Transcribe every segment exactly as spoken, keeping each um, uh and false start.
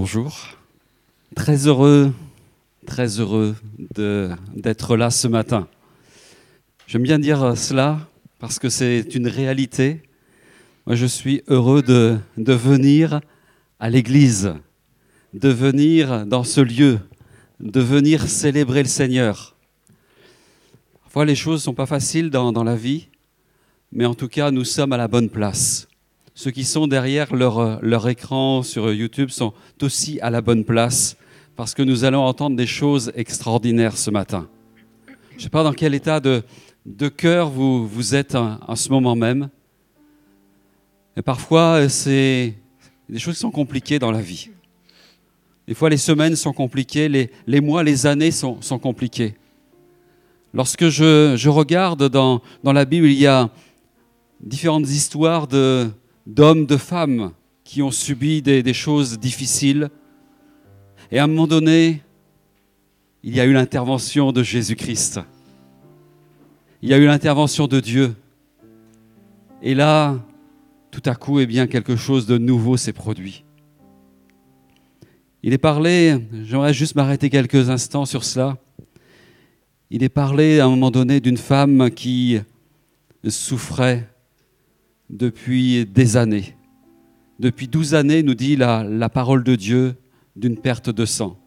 bonjour. Très heureux, très heureux de, d'être là ce matin. J'aime bien dire cela parce que c'est une réalité. Moi, je suis heureux de, de venir à l'église, de venir dans ce lieu, de venir célébrer le Seigneur. Parfois, les choses ne sont pas faciles dans, dans la vie, mais en tout cas, nous sommes à la bonne place. Ceux qui sont derrière leur, leur écran sur YouTube sont aussi à la bonne place parce que nous allons entendre des choses extraordinaires ce matin. Je ne sais pas dans quel état de, de cœur vous, vous êtes en, en ce moment même. Et parfois, c'est des choses qui sont compliquées dans la vie. Des fois, les semaines sont compliquées, les, les mois, les années sont, sont compliquées. Lorsque je, je regarde dans, dans la Bible, il y a différentes histoires de... d'hommes, de femmes qui ont subi des, des choses difficiles. Et à un moment donné, il y a eu l'intervention de Jésus-Christ. Il y a eu l'intervention de Dieu. Et là, tout à coup, eh bien, quelque chose de nouveau s'est produit. Il est parlé, j'aimerais juste m'arrêter quelques instants sur cela. Il est parlé à un moment donné d'une femme qui souffrait depuis des années. Depuis douze années, nous dit la, la parole de Dieu, d'une perte de sang.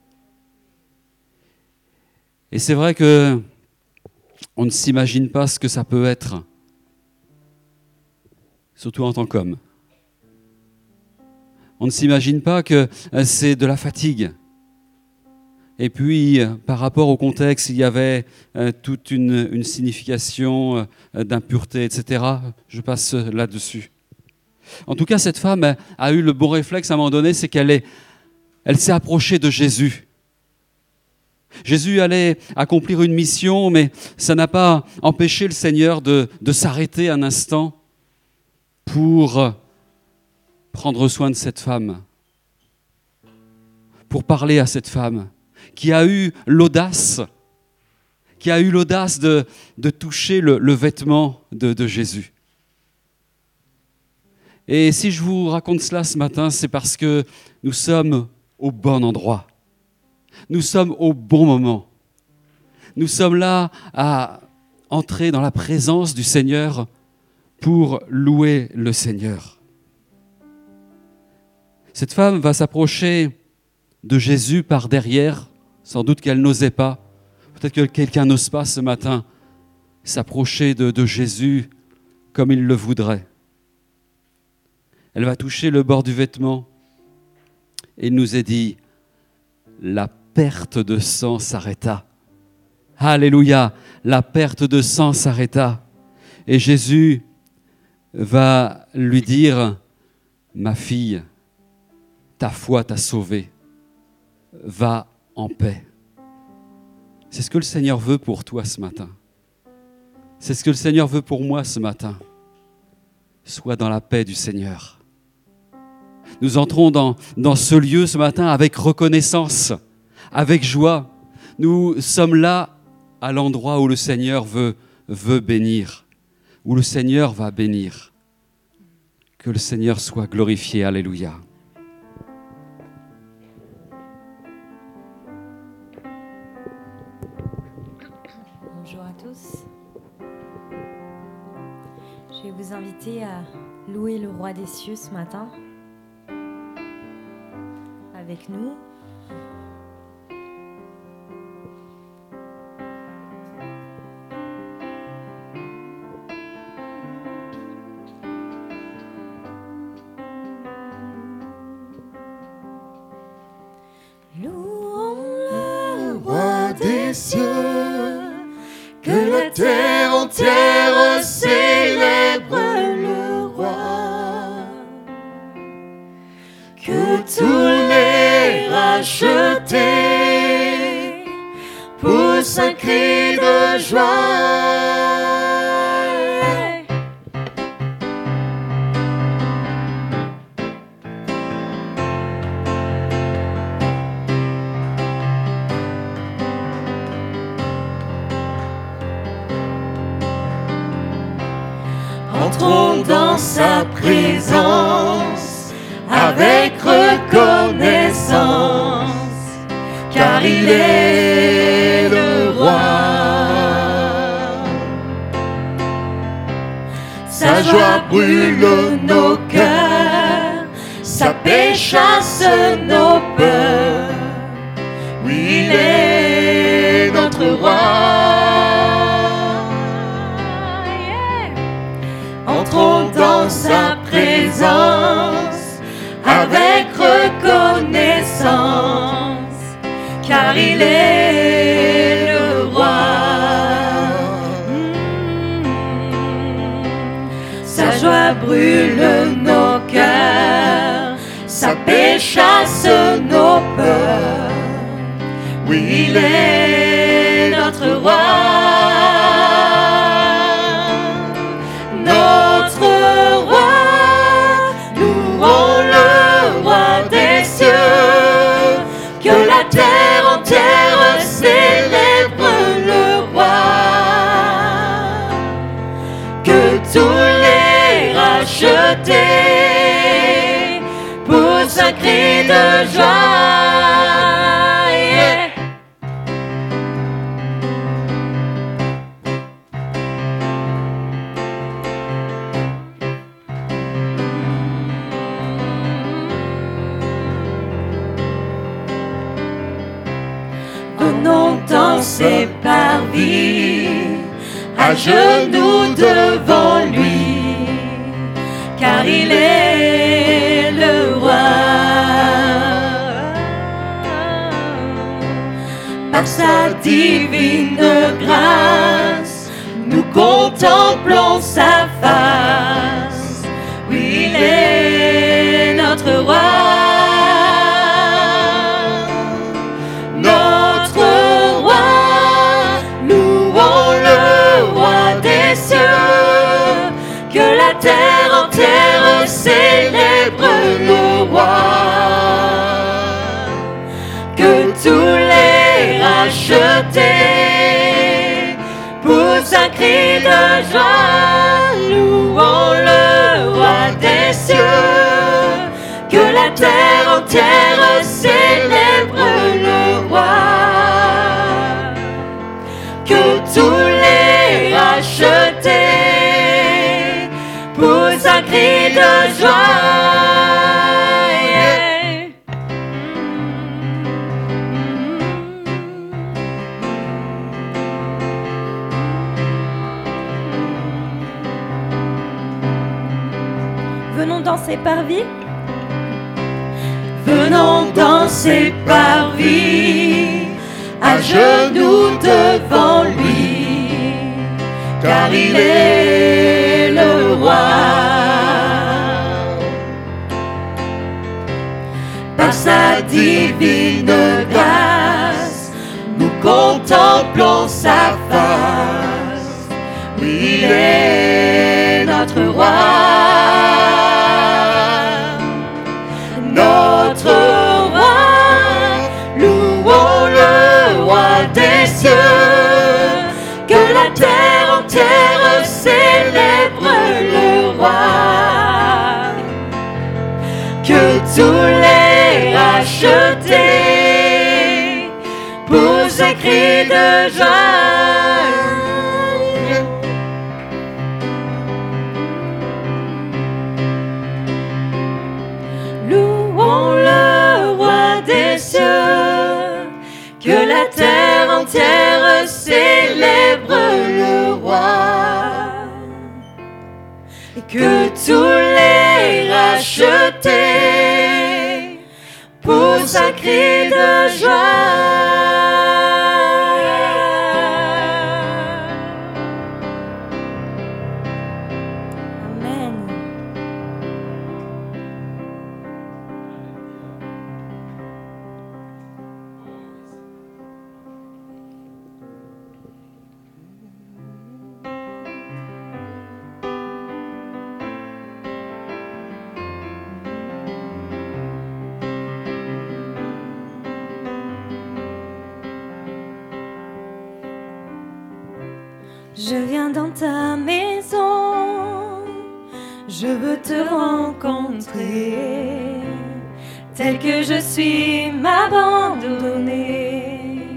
Et c'est vrai que on ne s'imagine pas ce que ça peut être, surtout en tant qu'homme. On ne s'imagine pas que c'est de la fatigue. Et puis, par rapport au contexte, il y avait euh, toute une, une signification euh, d'impureté, et cetera. Je passe là-dessus. En tout cas, cette femme a eu le bon réflexe à un moment donné, c'est qu'elle est, elle s'est approchée de Jésus. Jésus allait accomplir une mission, mais ça n'a pas empêché le Seigneur de, de s'arrêter un instant pour prendre soin de cette femme, pour parler à cette femme, qui a eu l'audace, qui a eu l'audace de, de toucher le, le vêtement de, de Jésus. Et si je vous raconte cela ce matin, c'est parce que nous sommes au bon endroit. Nous sommes au bon moment. Nous sommes là à entrer dans la présence du Seigneur pour louer le Seigneur. Cette femme va s'approcher de Jésus par derrière. Sans doute qu'elle n'osait pas. Peut-être que quelqu'un n'ose pas ce matin s'approcher de, de Jésus comme il le voudrait. Elle va toucher le bord du vêtement et il nous est dit, la perte de sang s'arrêta. Alléluia, la perte de sang s'arrêta. Et Jésus va lui dire, ma fille, ta foi t'a sauvée, va en paix. C'est ce que le Seigneur veut pour toi ce matin. C'est ce que le Seigneur veut pour moi ce matin. Sois dans la paix du Seigneur. Nous entrons dans, dans ce lieu ce matin avec reconnaissance, avec joie. Nous sommes là à l'endroit où le Seigneur veut, veut bénir, où le Seigneur va bénir. Que le Seigneur soit glorifié. Alléluia. Bonjour à tous. Je vais vous inviter à louer le Roi des cieux ce matin avec nous. Louons le Roi des cieux, que la terre entière célèbre le Roi, que tous les rachetés poussent un cri de joie. Entrons dans sa présence avec reconnaissance. est le roi. Sa joie brûle nos cœurs, sa paix chasse nos peurs. Oui, il est notre roi. Entrons dans sa présence avec reconnaissance, car il est le roi. Sa joie brûle nos cœurs, sa paix chasse nos peurs. Oui, il est notre roi. Notre roi, louons le roi des cieux, que la terre entière célèbre le roi, que tous les rachetés poussent un cri de joie. Yeah. Venons danser par vie, à genoux devant lui, car il est le roi. Par sa divine grâce, nous contemplons sa face. Oui, il est notre roi. Terre entière célèbre le roi, que tous les rachetés poussent un cri de joie. Louons le roi des cieux, que la terre entière célèbre le roi, que tous les rachetés pousse un cri de joie. Yeah. Venons danser par vie. Venons danser par vie, à genoux devant lui, car il est le roi. Par sa divine grâce, nous contemplons sa face. Oui, il est notre roi. Notre roi, louons le roi des cieux, que la terre entière célèbre le roi, que tous les rachetés poussent un cri de joie. Louons le roi des cieux, que la terre entière célèbre le roi, et que tous les rachetés poussent un cri de joie. Amen. Je viens dans ta maison, je veux te rencontrer, tel que je suis m'abandonner.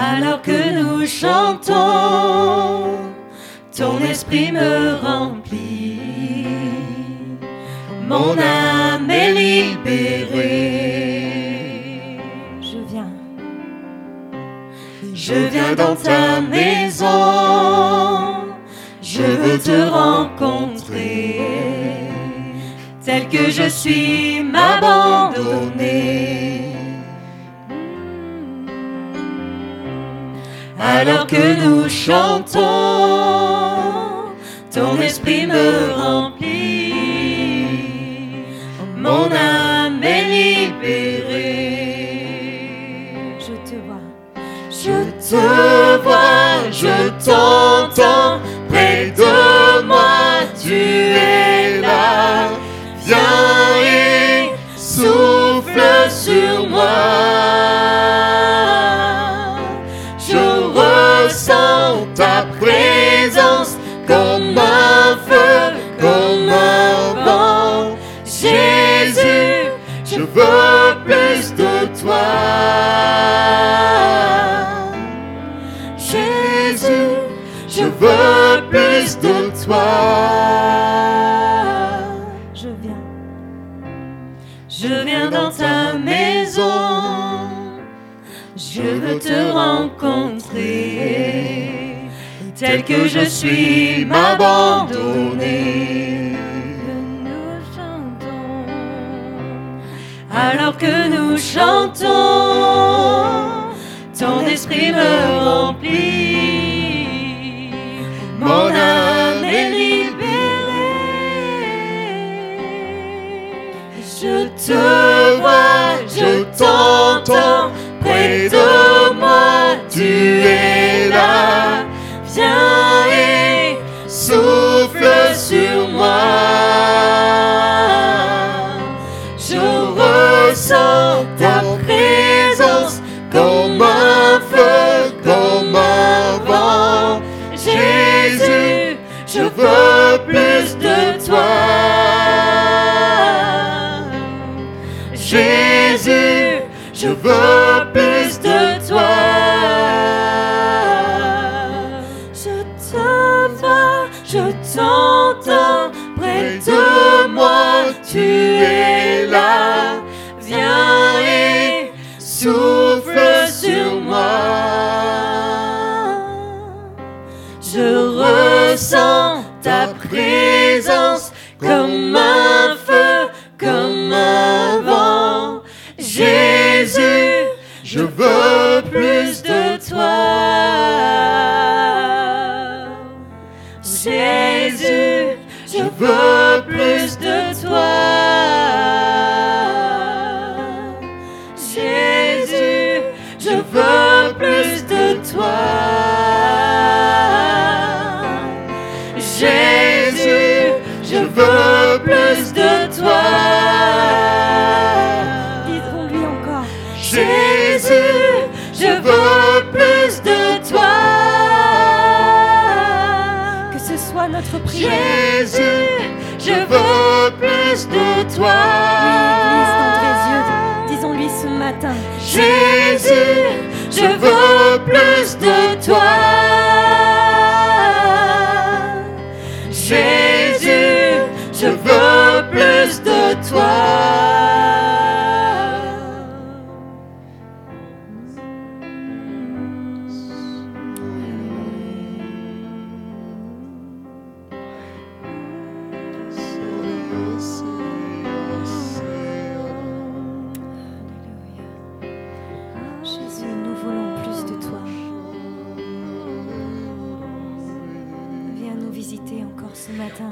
Alors que nous chantons, ton esprit me remplit. Mon âme est libérée. Je viens. Je viens dans ta maison. Je veux te rencontrer. Tel que je suis, m'abandonner. Alors que nous chantons, ton esprit me remplit. Mon âme est libérée. Je te vois. Je te vois, je t'entends. Près de moi, tu es là. Viens et souffle sur moi. Je ressens ta présence comme un feu, comme un vent. Jésus, je veux plus de toi. Jésus, je veux plus de toi. Je viens. Je viens dans ta maison. Je veux te rencontrer. Tel que je suis, m'abandonner. Nous chantons. Alors que nous chantons, ton esprit me remplit. Mon âme est libérée. Je te vois, je t'entends. Près de moi, tu es là. Viens et souffle sur moi. Je ressens ta présence comme un feu, comme un vent. Jésus, je veux plus de toi. Jésus, je veux plus de toi. Je te vois, je t'entends. Près de moi, tu es là. Viens et souffle sur moi. Je ressens ta présence comme un feu, comme un vent. Jésus, je veux plus de toi. Jésus, je veux plus de toi. Jésus, je veux plus de toi. Jésus, je veux plus de toi. Disons-lui encore. Jésus, je veux plus de toi. Que ce soit notre prière. Jésus, je veux plus de toi. Église d'Andrézieux, disons-lui ce matin. Jésus, je veux plus de toi. Jésus, je veux plus de toi. Jésus, nous voulons plus de toi. Viens nous visiter encore ce matin.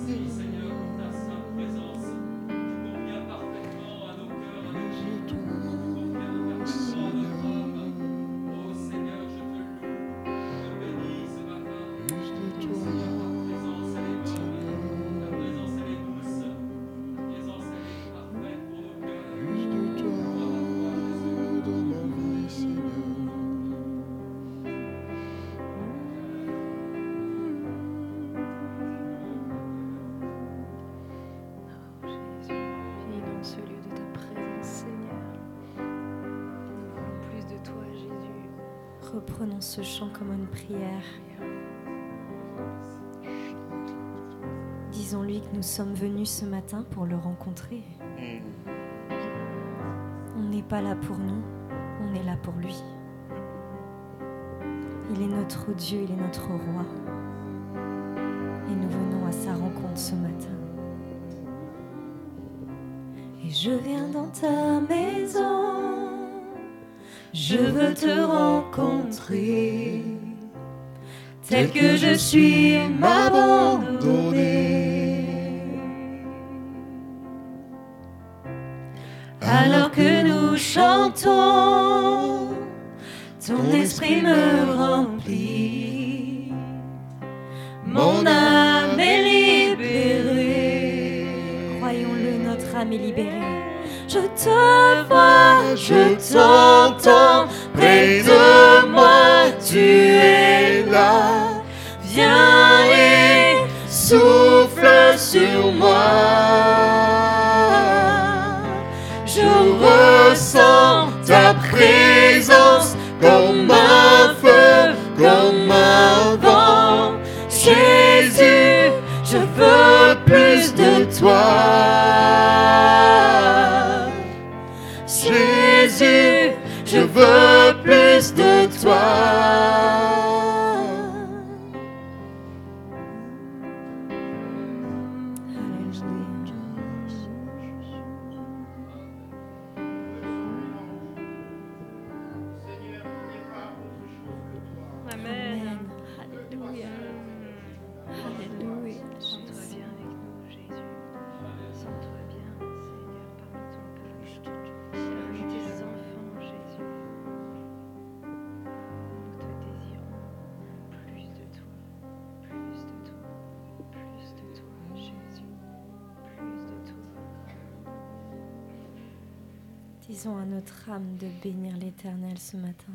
Seigneur, ta sainte présence convient parfaitement à nos cœurs, à nos Reprenons ce chant comme une prière. Disons-lui que nous sommes venus ce matin pour le rencontrer. On n'est pas là pour nous, on est là pour lui. Il est notre Dieu, il est notre roi. Et nous venons à sa rencontre ce matin. Et je viens dans ta maison, je veux te rencontrer, tel que je suis, m'abandonner. Alors que nous chantons, ton esprit me remplit, mon âme est libérée. Croyons-le, notre âme est libérée. Je te vois, je t'entends, près de moi, tu es là. Viens et souffle sur moi. Je ressens ta présence comme un feu, comme un vent. Jésus, je veux plus de toi. Jésus, je veux plus de toi. Amen. Alléluia. Alléluia. Sens-toi bien avec nous, Jésus. Sens-toi bien, Seigneur, parmi ton peuple, parmi tes enfants, Jésus. Nous te désirons plus de toi, plus de toi, plus de toi, Jésus, plus de toi. Disons à notre âme de bénir l'Éternel ce matin.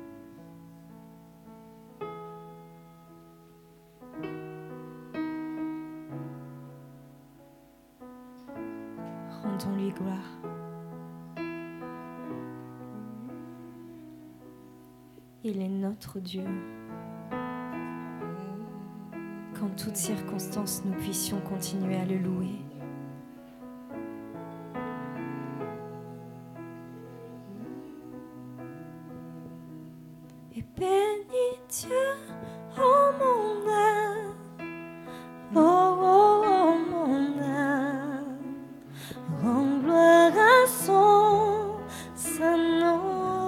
Rendons-lui gloire. Il est notre Dieu. Qu'en toutes circonstances, nous puissions continuer à le louer. Et bénis Dieu, oh mon âme, oh, oh, oh mon âme, rends gloire à son saint nom.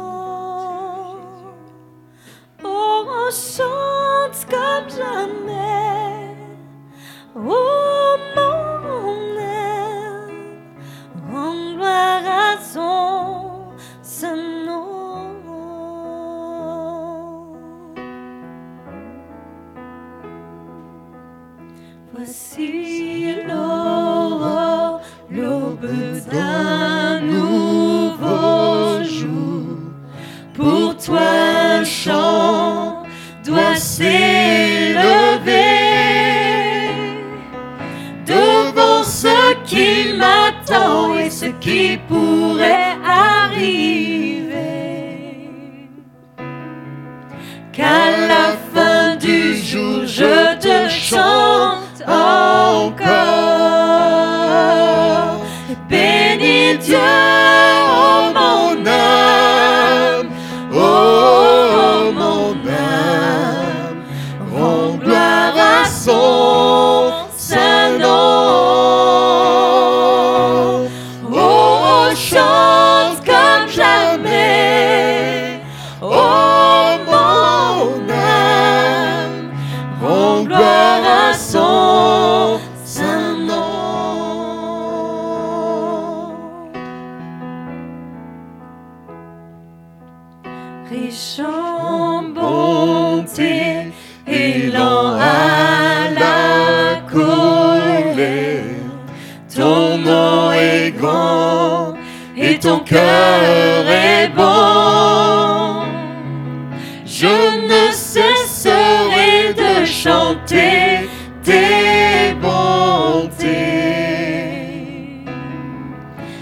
Oh, on chante comme jamais, oh mon âme, rends gloire à son saint nom. Voici l'aurore, l'aube d'un nouveau jour. Pour toi un chant doit s'élever devant ce qui m'attend et ce qui pourrait arriver. Qu'à la fin du jour je te chante encore. Bénis Dieu, oh mon âme, oh mon âme, rends gloire à son saint nom. Oh, chante comme jamais, oh mon âme, rends gloire à son saint nom. Riche en bonté et lent à la colère, ton nom est grand et ton cœur est bon. Je ne cesserai de chanter tes bontés.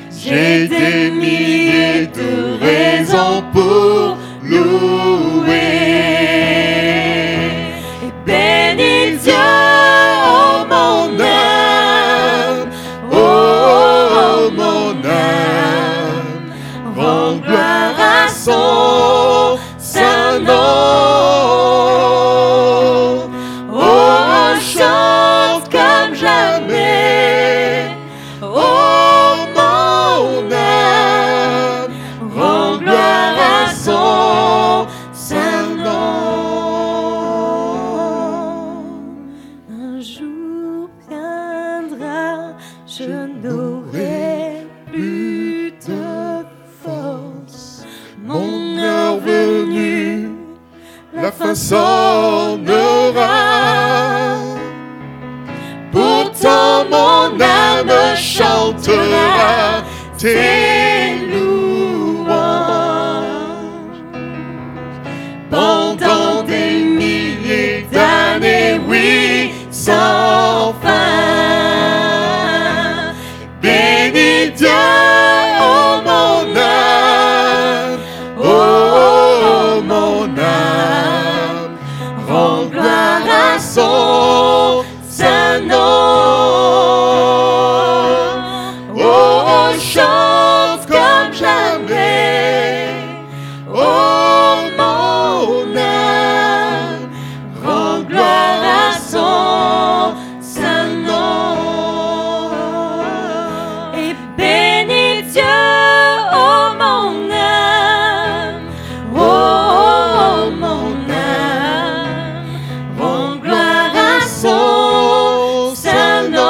J'ai des milliers de raisons pour louer sonnera. Pourtant mon âme chantera tes louanges. Pendant des milliers d'années, oui, sans fin. Bénis Dieu, oh mon âme, oh mon âme, rends gloire à son saint nom. Oh, chante comme jamais, oh mon âme, rends gloire à son saint nom. Et bénis Dieu, oh mon âme, oh mon âme, rends gloire à son saint nom.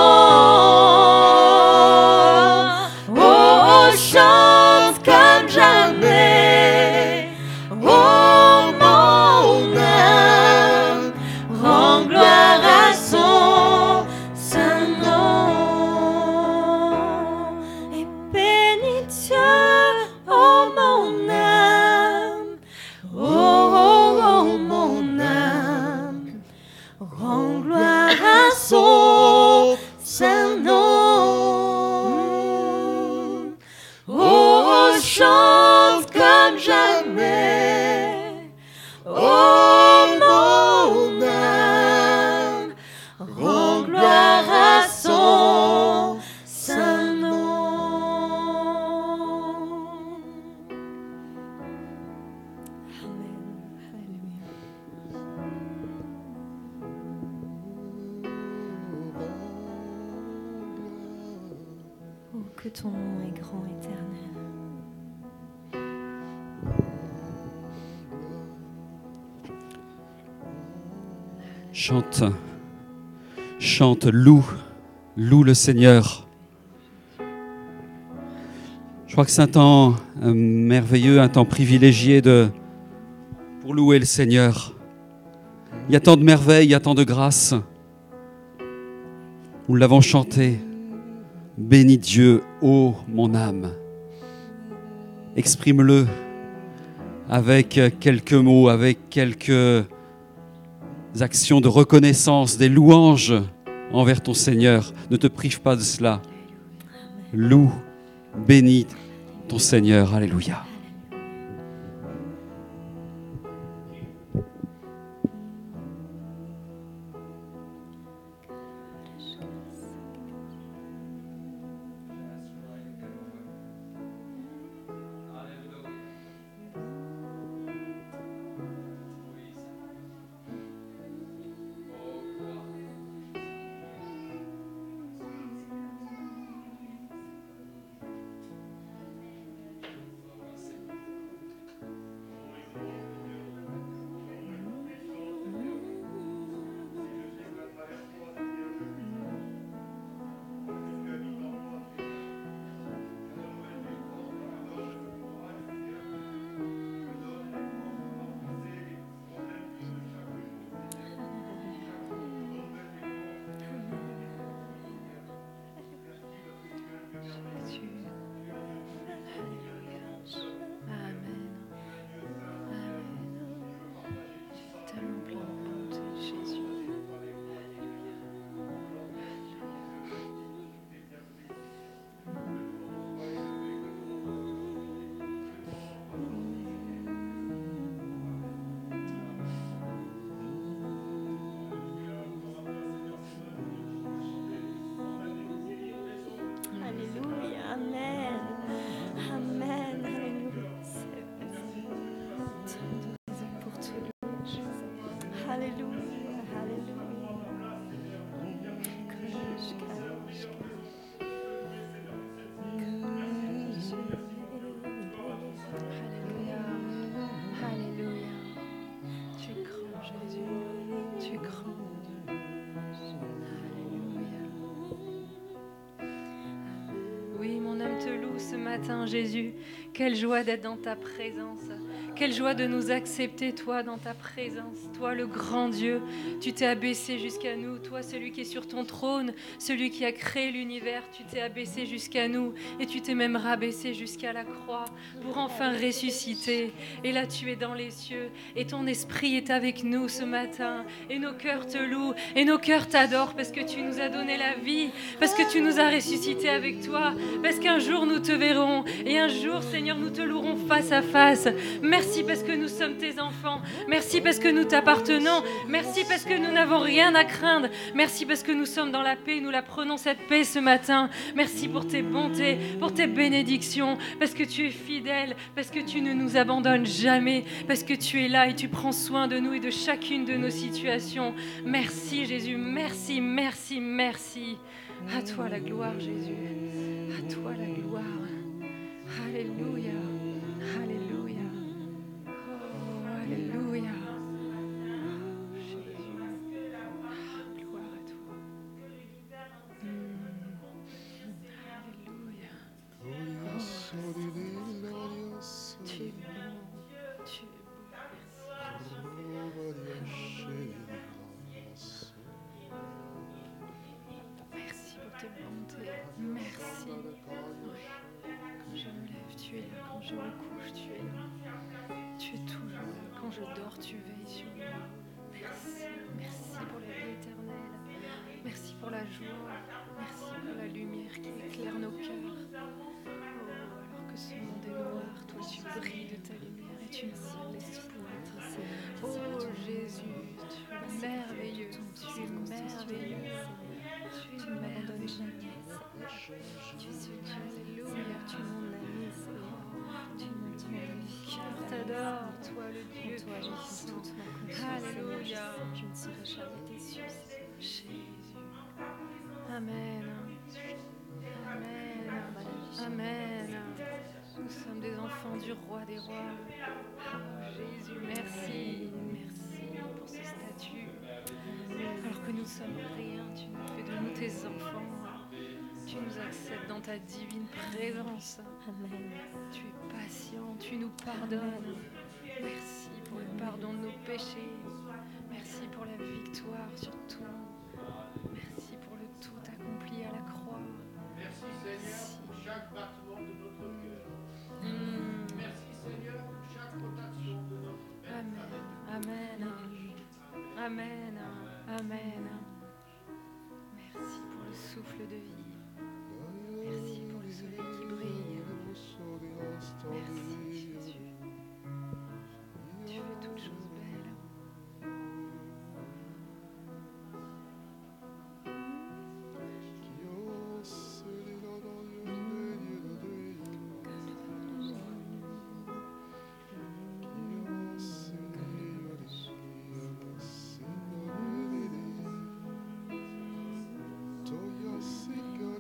Oh, chante comme jamais, oh mon âme, rends gloire à son saint nom. Et bénis Dieu, oh mon âme, oh, oh, oh mon âme, rends gloire à son saint nom. Oh, chante comme jamais, oh mon âme, rends gloire à son saint nom. Amen. Alléluia. Oh, que ton nom est grand, éternel. Chante, chante, loue, loue le Seigneur. Je crois que c'est un temps euh, merveilleux, un temps privilégié de, pour louer le Seigneur. Il y a tant de merveilles, il y a tant de grâce. Nous l'avons chanté. Bénis Dieu, ô mon âme. Exprime-le avec quelques mots, avec quelques actions de reconnaissance, des louanges envers ton Seigneur. Ne te prive pas de cela. Loue, bénis ton Seigneur. Alléluia. âme te loue ce matin, Jésus. Quelle joie d'être dans ta présence. Quelle joie de nous accepter, toi, dans ta présence. Toi, le grand Dieu, tu t'es abaissé jusqu'à nous. Toi, celui qui est sur ton trône, celui qui a créé l'univers, tu t'es abaissé jusqu'à nous. Et tu t'es même rabaissé jusqu'à la croix pour enfin ressusciter. Et là, tu es dans les cieux. Et ton esprit est avec nous ce matin. Et nos cœurs te louent. Et nos cœurs t'adorent parce que tu nous as donné la vie. Parce que tu nous as ressuscités avec toi. Parce qu'un jour, nous te verrons. Et un jour, Seigneur, nous te louerons face à face. Merci parce que nous sommes tes enfants. Merci parce que nous t'appartenons. Merci parce que nous n'avons rien à craindre. Merci parce que nous sommes dans la paix. Nous la prenons cette paix ce matin. Merci pour tes bontés, pour tes bénédictions. Parce que tu es fidèle. Parce que tu ne nous abandonnes jamais. Parce que tu es là et tu prends soin de nous et de chacune de nos situations. Merci Jésus. Merci, merci, merci. À toi la gloire Jésus. À toi la gloire. Alléluia. Alléluia. Oh, Alléluia. Jésus. Gloire à toi. Mm. Alléluia. Oh, tu es bon. Tu es bon. Merci pour tes bontés. Merci. Oui. Quand je me lève, tu es là. Quand je me couche, tu es là. Tu es toujours là. Quand je dors, tu veilles sur moi. Merci. Merci pour la vie éternelle. Merci pour la joie. Merci pour la lumière qui éclaire nos cœurs. Oh, alors que ce monde est noir, toi tu brilles de ta lumière et tu nous donnes l'espoir. Oh Jésus, tu es merveilleux. Tu es merveilleux. Tu es merveilleux. Tu es ce Dieu. Alléluia. Tu m'en amis, Seigneur. Tu mon cœur t'adore, toi le Dieu. Toi, j'ai toute ma confiance. Alléluia. Je ne serai jamais déçue. Jésus. Amen. Amen. Amen. Nous sommes des enfants du roi des rois. Oh Jésus, merci. Merci pour ce statut. Alors que nous sommes rien, tu nous fais de nous tes enfants. Tu nous acceptes dans ta divine présence. Amen. Tu es patient, tu nous pardonnes. Merci pour le pardon de nos péchés. Merci pour la victoire sur tout. Merci pour le tout accompli à la croix. Merci Seigneur pour chaque battement de notre cœur. Mm. Merci Seigneur pour chaque rotation de notre cœur. Amen. Amen. Amen. Amen. Merci pour le souffle de vie. Merci pour le soleil qui brille. Merci Jésus. Tu fais toutes choses belles. Toya Sika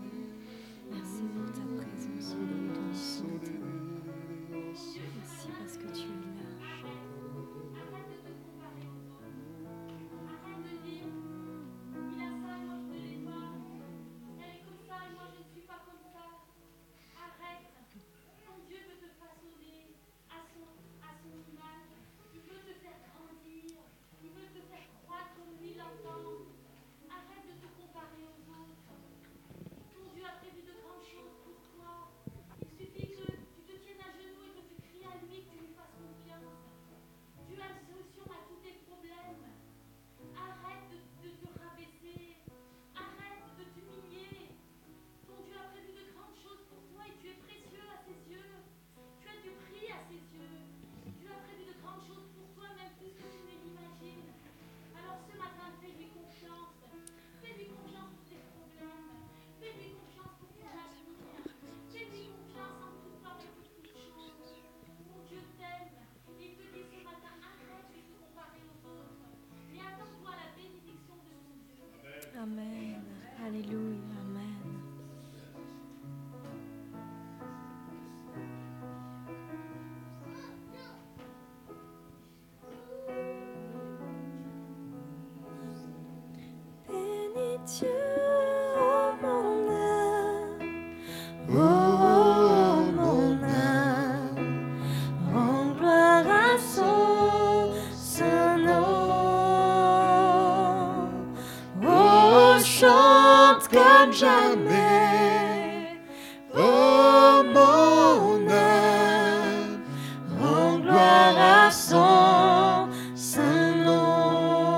jamais. Oh mon âme, rends gloire à son saint nom.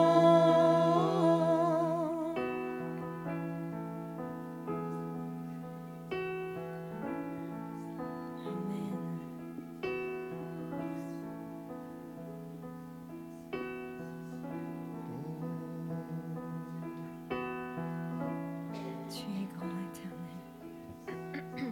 Tu es grand éternel.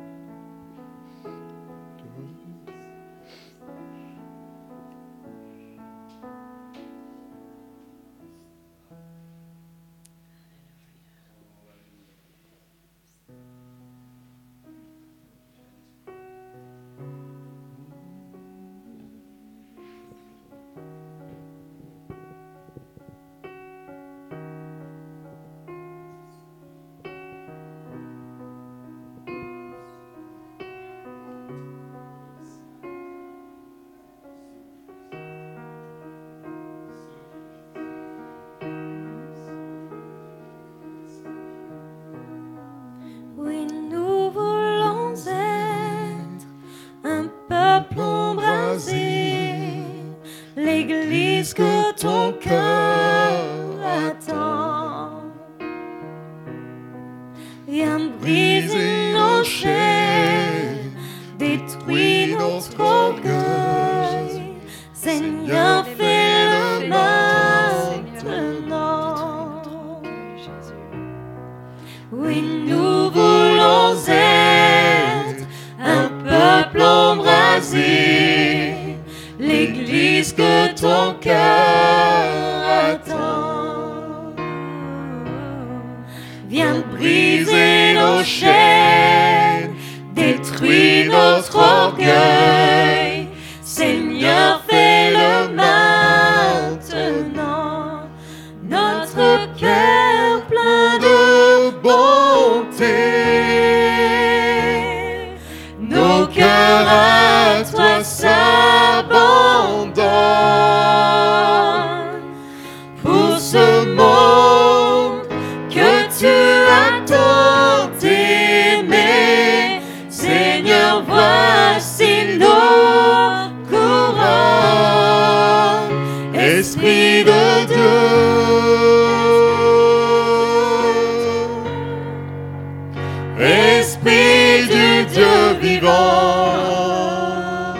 Oui, nous voulons être un peuple embrasé, l'église que ton cœur attend. Viens briser nos chaînes, détruis notre orgueil. Seigneur, fais-le maintenant. Oui, nous voulons être un peuple embrasé, l'église que ton cœur attend. Viens briser nos chaînes, détruis notre orgueil. Seigneur, fais-le maintenant. Notre cœur plein de bonté, nos cœurs à toi s'abandonnent. Pour ce monde que tu as tant aimé, Seigneur, voici nos couronnes. Esprit de Dieu, Esprit du Dieu vivant,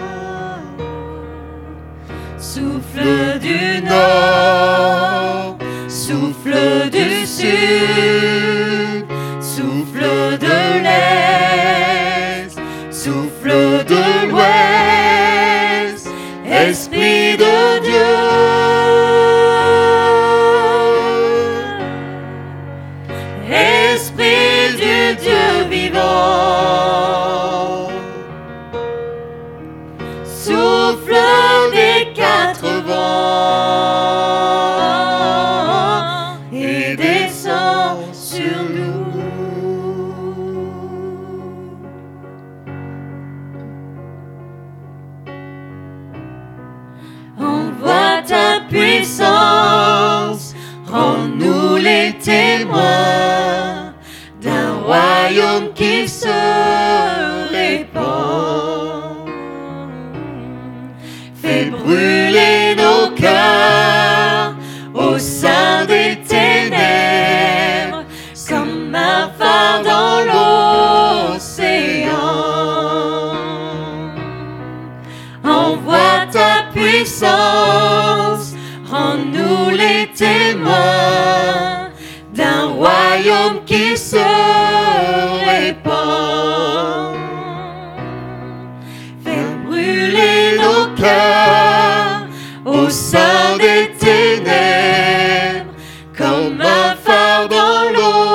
souffle du nord, souffle du sud, souffle de l'est, souffle de l'ouest, Esprit de Dieu, Esprit du Dieu vivant, souffle des quatre vents et descend sur nous. Envoie ta puissance, rends-nous les témoins d'un royaume qui se répand. Fais brûler nos cœurs au sein des ténèbres, comme un phare dans l'océan. Envoie ta puissance, rends-nous les témoins d'un royaume qui se répand. Fais brûler nos cœurs au sein des ténèbres, comme un phare dans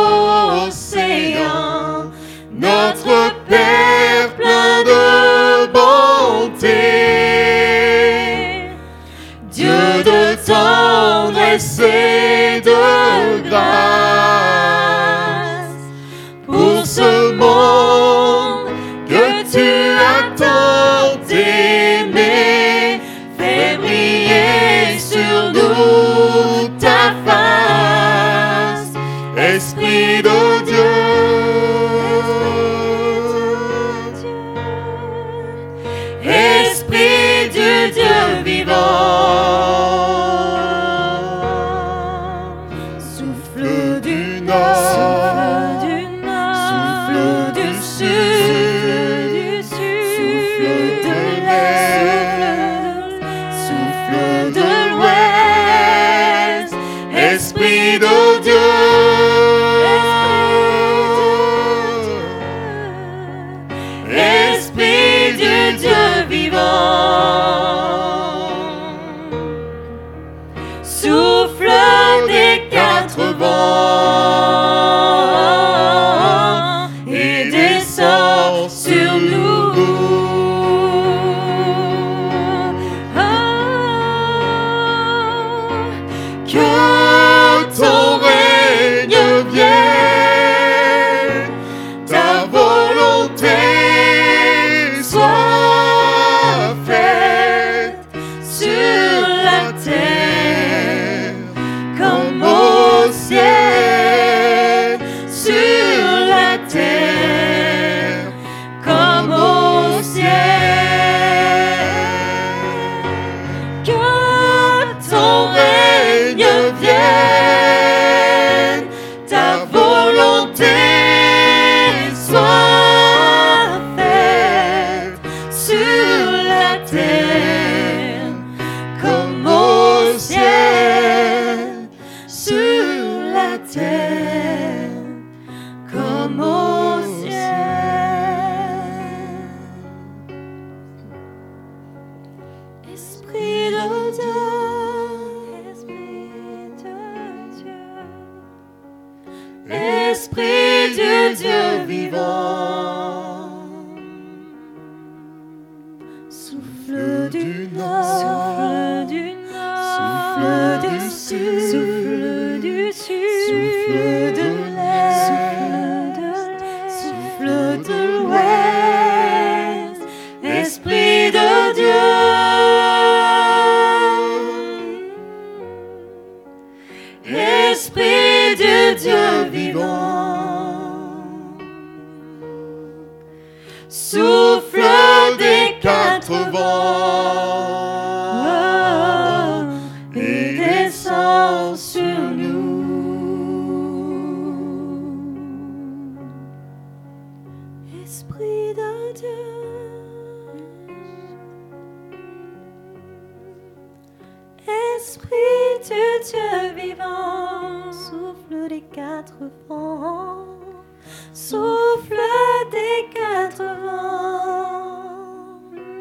l'océan. Notre Père plein de bonté, Esprit du Dieu vivant, souffle des quatre vents et descend sur nous. Oh, que ton règne vienne, ta volonté soit faite sur la terre comme au ciel, sur la terre comme au ciel. Que ton règne vienne, ta volonté soit faite sur la terre comme au ciel, sur la terre comme au ciel. Esprit de Dieu, Esprit de Dieu, Esprit du Dieu vivant, souffle du nord, souffle du nord, souffle du sud, souffle du sud, souffle de l'est, souffle de l'ouest, Esprit de Dieu, Esprit du Dieu vivant, souffle des quatre vents et descend sur nous. Esprit de Dieu, Esprit du Dieu vivant, souffle des quatre vents, souffle des quatre vents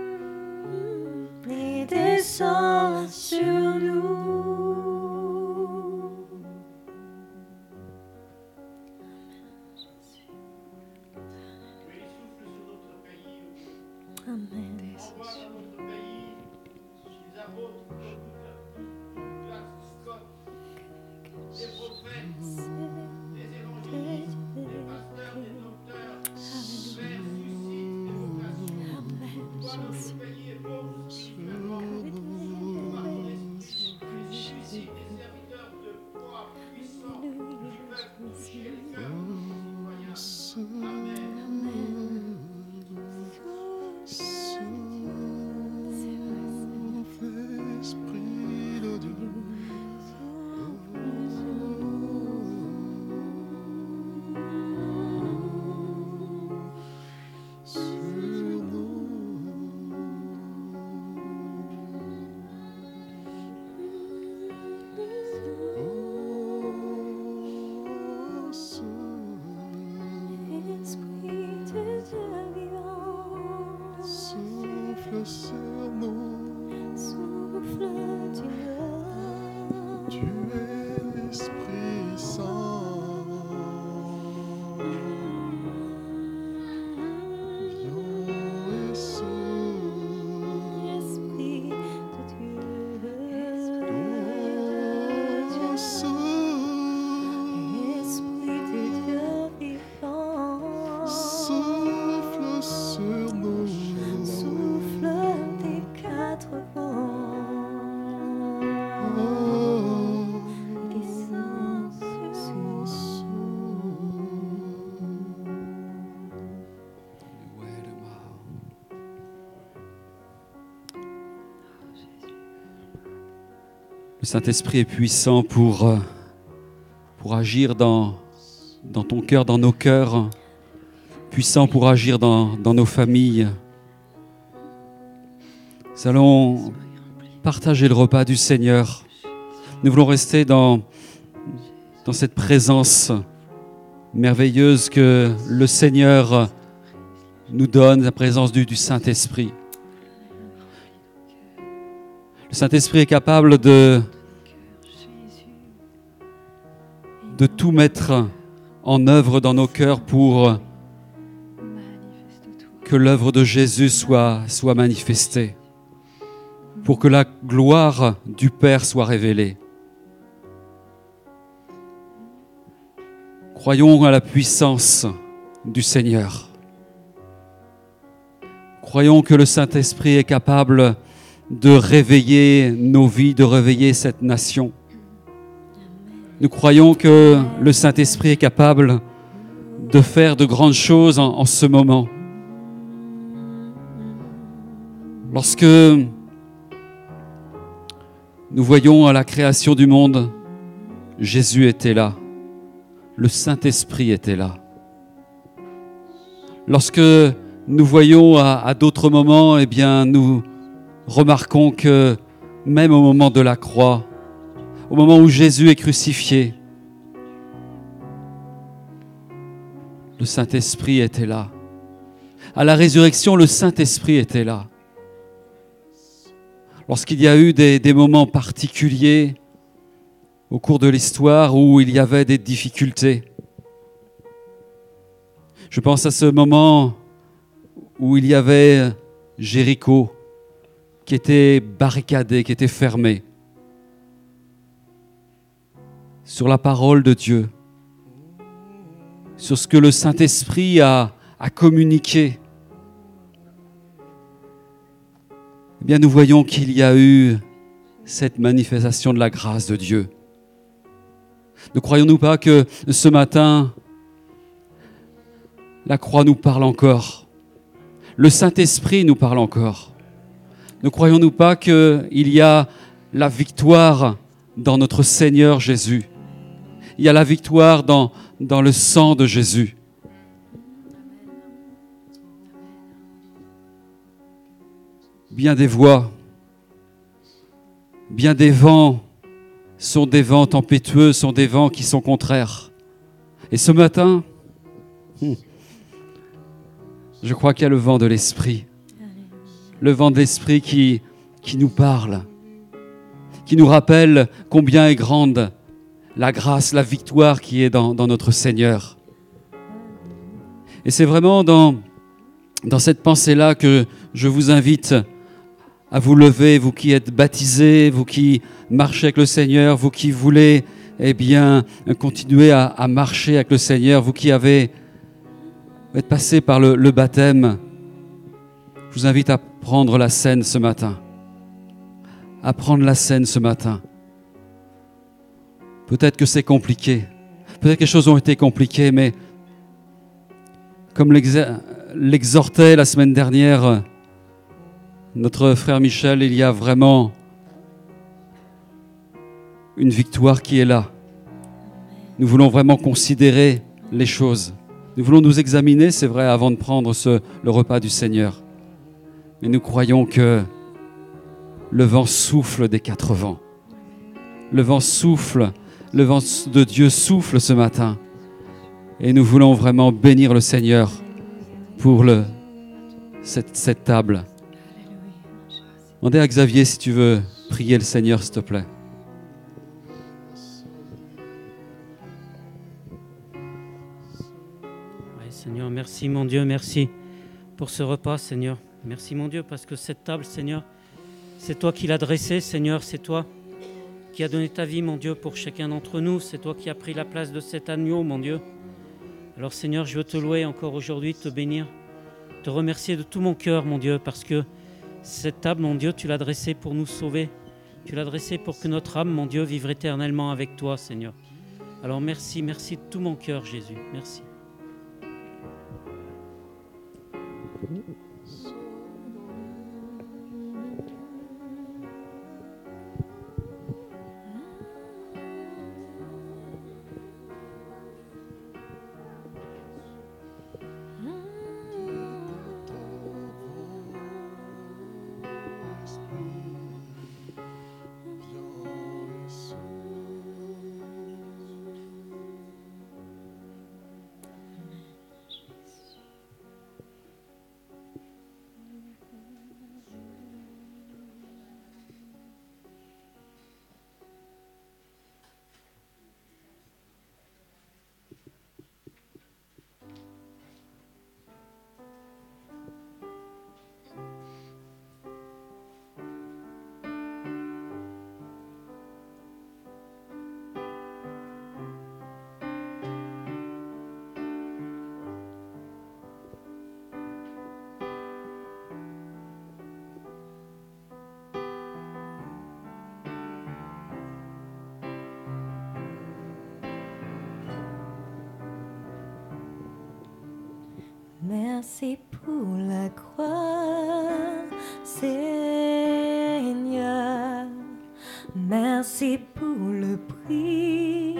et descend sur nous. Oui, souffle sur notre pays. Amen. Envoie dans notre pays, les apôtres, toute classe Scott, des prophètes, des évangélistes, des pasteurs, des docteurs. Père, suscite des vocations. Toi, notre pays est pauvre spirituellement. Par ton esprit, suscite des serviteurs de foi puissants qui peuvent toucher les cœurs de nos citoyens. Amen. Esprit de Dieu, sur nous. Esprit de Dieu vivant, souffle sur nous. Souffle du Nord, tu es l'Esprit Saint. Viens et souffle, Esprit de Dieu, souffle, Esprit de Dieu vivant, souffle sur nous, souffle des quatre vents. Le Saint-Esprit est puissant pour, euh, pour agir dans, dans ton cœur, dans nos cœurs, puissant pour agir dans, dans nos familles. Nous allons partager le repas du Seigneur. Nous voulons rester dans, dans cette présence merveilleuse que le Seigneur nous donne la présence du, du Saint-Esprit. Le Saint-Esprit est capable de, de tout mettre en œuvre dans nos cœurs pour que l'œuvre de Jésus soit, soit manifestée, pour que la gloire du Père soit révélée. Croyons à la puissance du Seigneur. Croyons que le Saint-Esprit est capable de réveiller nos vies, de réveiller cette nation. Nous croyons que le Saint-Esprit est capable de faire de grandes choses en, en ce moment. Lorsque nous voyons à la création du monde, Jésus était là, le Saint-Esprit était là. Lorsque nous voyons à, à d'autres moments, eh bien, nous remarquons que même au moment de la croix, au moment où Jésus est crucifié, le Saint-Esprit était là. À la résurrection, le Saint-Esprit était là. Lorsqu'il y a eu des, des moments particuliers au cours de l'histoire où il y avait des difficultés. Je pense à ce moment où il y avait Jéricho qui était barricadé, qui était fermé sur la parole de Dieu, sur ce que le Saint-Esprit a, a communiqué. Eh bien, nous voyons qu'il y a eu cette manifestation de la grâce de Dieu. Ne croyons-nous pas que ce matin, la croix nous parle encore, le Saint-Esprit nous parle encore? Ne croyons-nous pas qu'il y a la victoire dans notre Seigneur Jésus? Il y a la victoire dans, dans le sang de Jésus. Bien des voix, bien des vents sont des vents tempétueux, sont des vents qui sont contraires. Et ce matin, je crois qu'il y a le vent de l'Esprit. Le vent de l'Esprit qui, qui nous parle, qui nous rappelle combien est grande la grâce, la victoire qui est dans, dans notre Seigneur. Et c'est vraiment dans, dans cette pensée-là que je vous invite à vous lever, vous qui êtes baptisés, vous qui marchez avec le Seigneur, vous qui voulez eh bien, continuer à, à marcher avec le Seigneur, vous qui avez êtes passés par le, le baptême. Je vous invite à prendre la scène ce matin, à prendre la scène ce matin. Peut-être que c'est compliqué, peut-être que les choses ont été compliquées, mais comme l'exhortait la semaine dernière notre frère Michel, il y a vraiment une victoire qui est là. Nous voulons vraiment considérer les choses. Nous voulons nous examiner, c'est vrai, avant de prendre ce, le repas du Seigneur. Mais nous croyons que le vent souffle des quatre vents. Le vent souffle, le vent de Dieu souffle ce matin. Et nous voulons vraiment bénir le Seigneur pour le, cette, cette table. Demandez à Xavier si tu veux prier le Seigneur, s'il te plaît. Ouais, Seigneur, merci mon Dieu, merci pour ce repas, Seigneur. Merci mon Dieu, parce que cette table, Seigneur, c'est toi qui l'as dressée, Seigneur, c'est toi qui as donné ta vie, mon Dieu, pour chacun d'entre nous. C'est toi qui as pris la place de cet agneau, mon Dieu. Alors, Seigneur, je veux te louer encore aujourd'hui, te bénir, te remercier de tout mon cœur, mon Dieu, parce que cette table, mon Dieu, tu l'as dressée pour nous sauver. Tu l'as dressée pour que notre âme, mon Dieu, vive éternellement avec toi, Seigneur. Alors, merci, merci de tout mon cœur, Jésus. Merci. Merci pour la croix, Seigneur. Merci pour le prix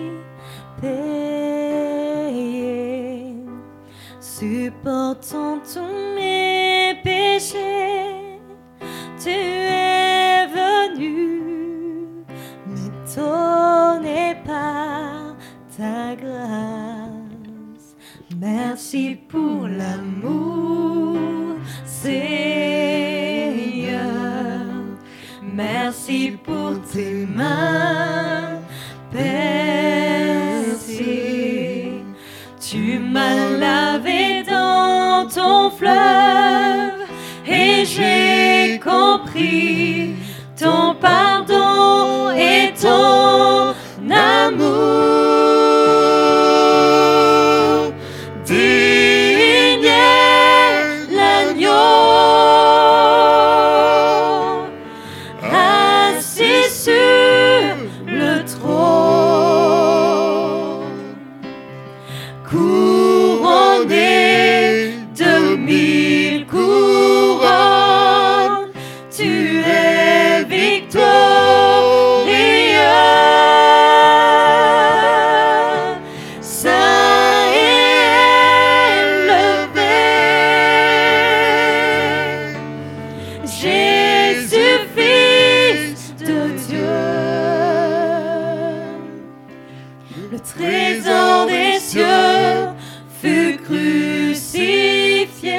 payé. Supportant tous mes péchés, tu es venu m'étonner par ta grâce. Merci pour l'amour, Seigneur. Merci pour tes mains percées. Tu m'as lavé dans ton fleuve et j'ai compris ton pardon et ton amour. Digne est l'agneau assis sur le trône, couronné de mille couronnes, tu es victorieux. Saint et élevé, Jésus, Fils de Dieu, le trésor des cieux fut crucifié.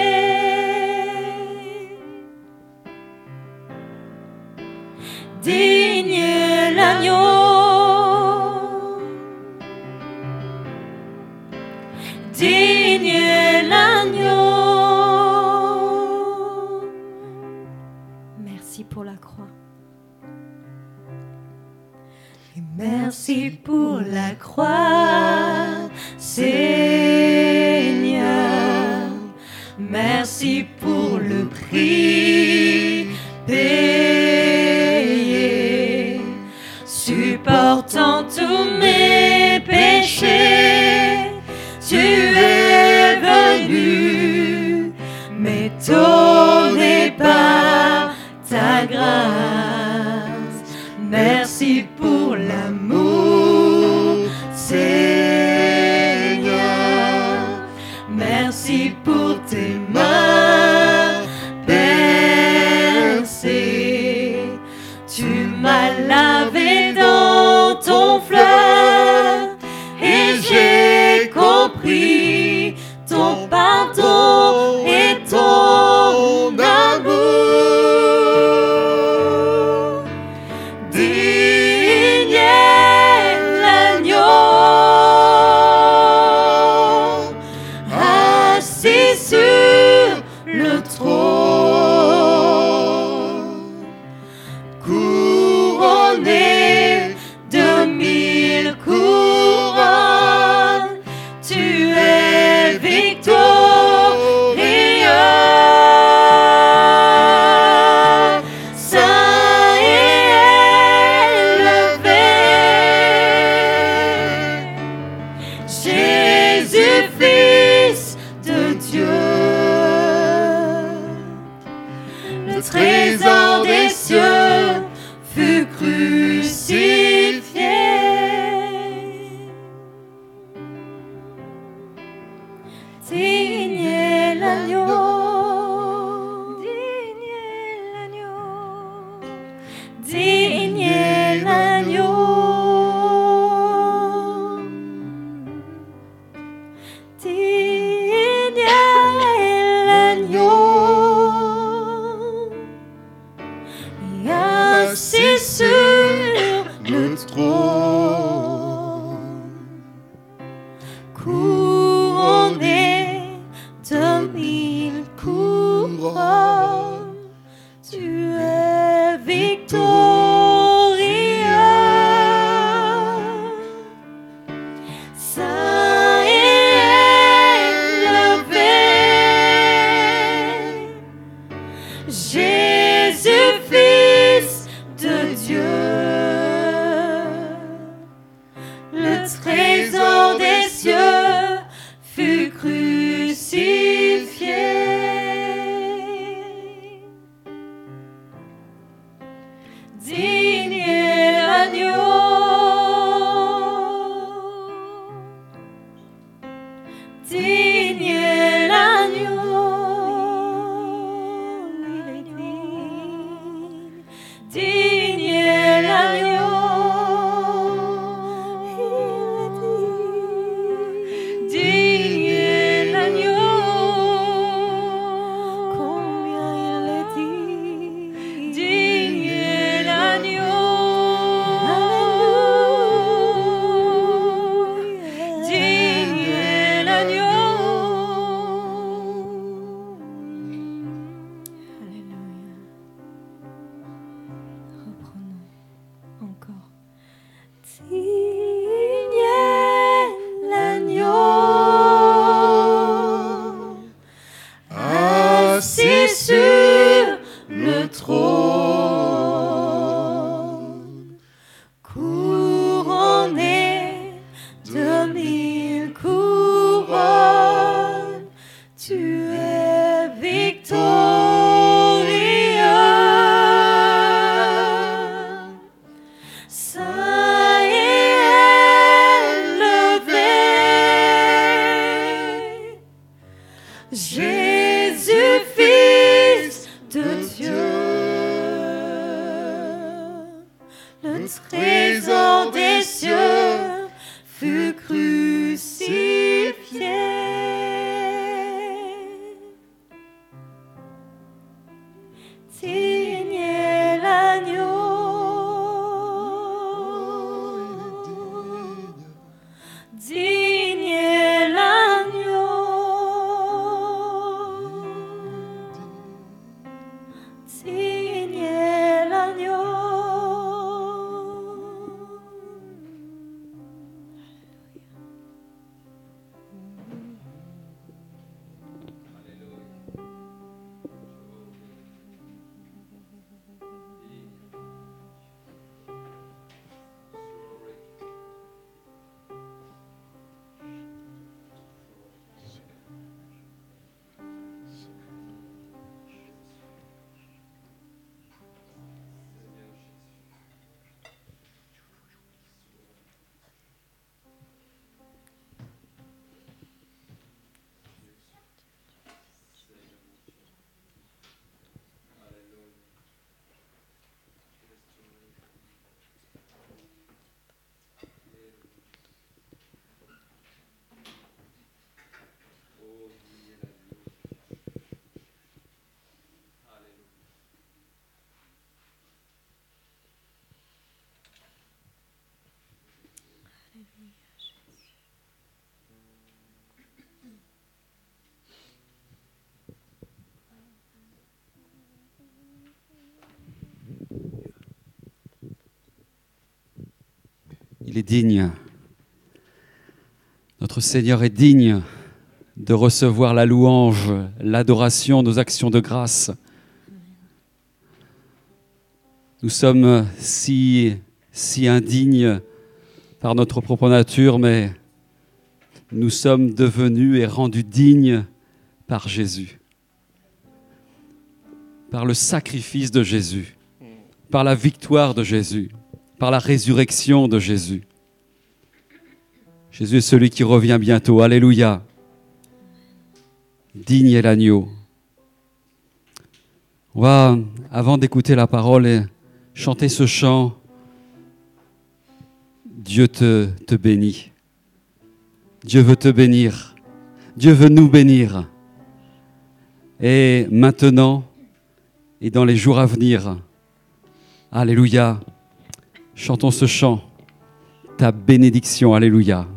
Digne est l'agneau, digne est l'agneau. Merci pour la croix. Et merci pour la croix, Seigneur. Merci pour le prix payé. Supportant tous mes péchés, tu es venu m'étonner par ta grâce. Merci pour l'amour, Seigneur. Merci pour tes mains percées. Tu m'as lavé dans ton fleuve et j'ai compris ton pardon et ton amour. Digne est l'agneau assis sur le trône, couronné de mille couronnes, tu es victorieux. Saint et élevé, Jésus, Fils de Dieu, le trésor des cieux fut crucifié. Digne est l'agneau, digne est l'agneau, digne est l'agneau, digne est l'agneau, et assis sur le trône, couronné de mille couronnes, tu es victorieux. Saint et élevé, Jésus, Fils de Dieu, le trésor des cieux fut crucifié. assis sur le trône, couronné de mille couronnes, tu es victorieux. Saint et élevé, Jésus, Fils de Dieu, le trésor des cieux fut crucifié. Digne est l'agneau, digne est l'agneau, digne est l'agneau. Il est digne. Notre Seigneur est digne de recevoir la louange, l'adoration, nos actions de grâce. Nous sommes si, si indignes par notre propre nature, mais nous sommes devenus et rendus dignes par Jésus, par le sacrifice de Jésus, par la victoire de Jésus, par la résurrection de Jésus. Jésus est celui qui revient bientôt. Alléluia. Digne est l'agneau. On va, avant d'écouter la parole, et chanter ce chant. Dieu te, te bénit. Dieu veut te bénir. Dieu veut nous bénir. Et maintenant, et dans les jours à venir, alléluia, chantons ce chant. Ta bénédiction, alléluia.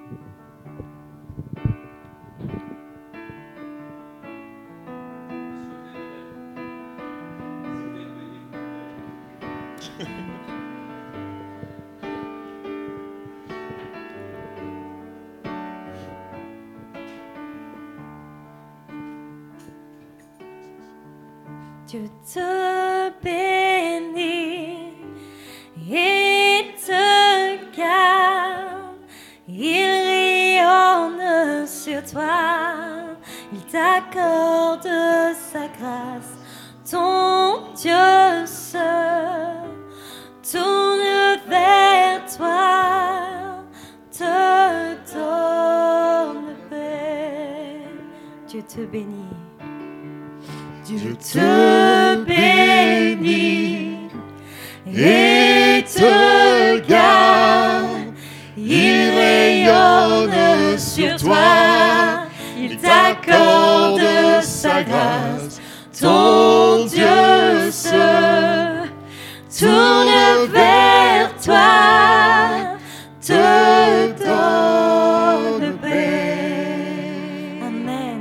Dieu te bénit et te garde, il rayonne sur toi, il t'accorde sa grâce, ton Dieu se tourne vers toi, te donne paix. Dieu te bénit. Dieu te bénit et te garde, il rayonne sur toi, il t'accorde sa grâce, ton Dieu se tourne vers toi, te donne paix. Amen.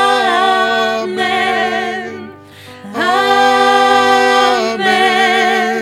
Amen. Amen.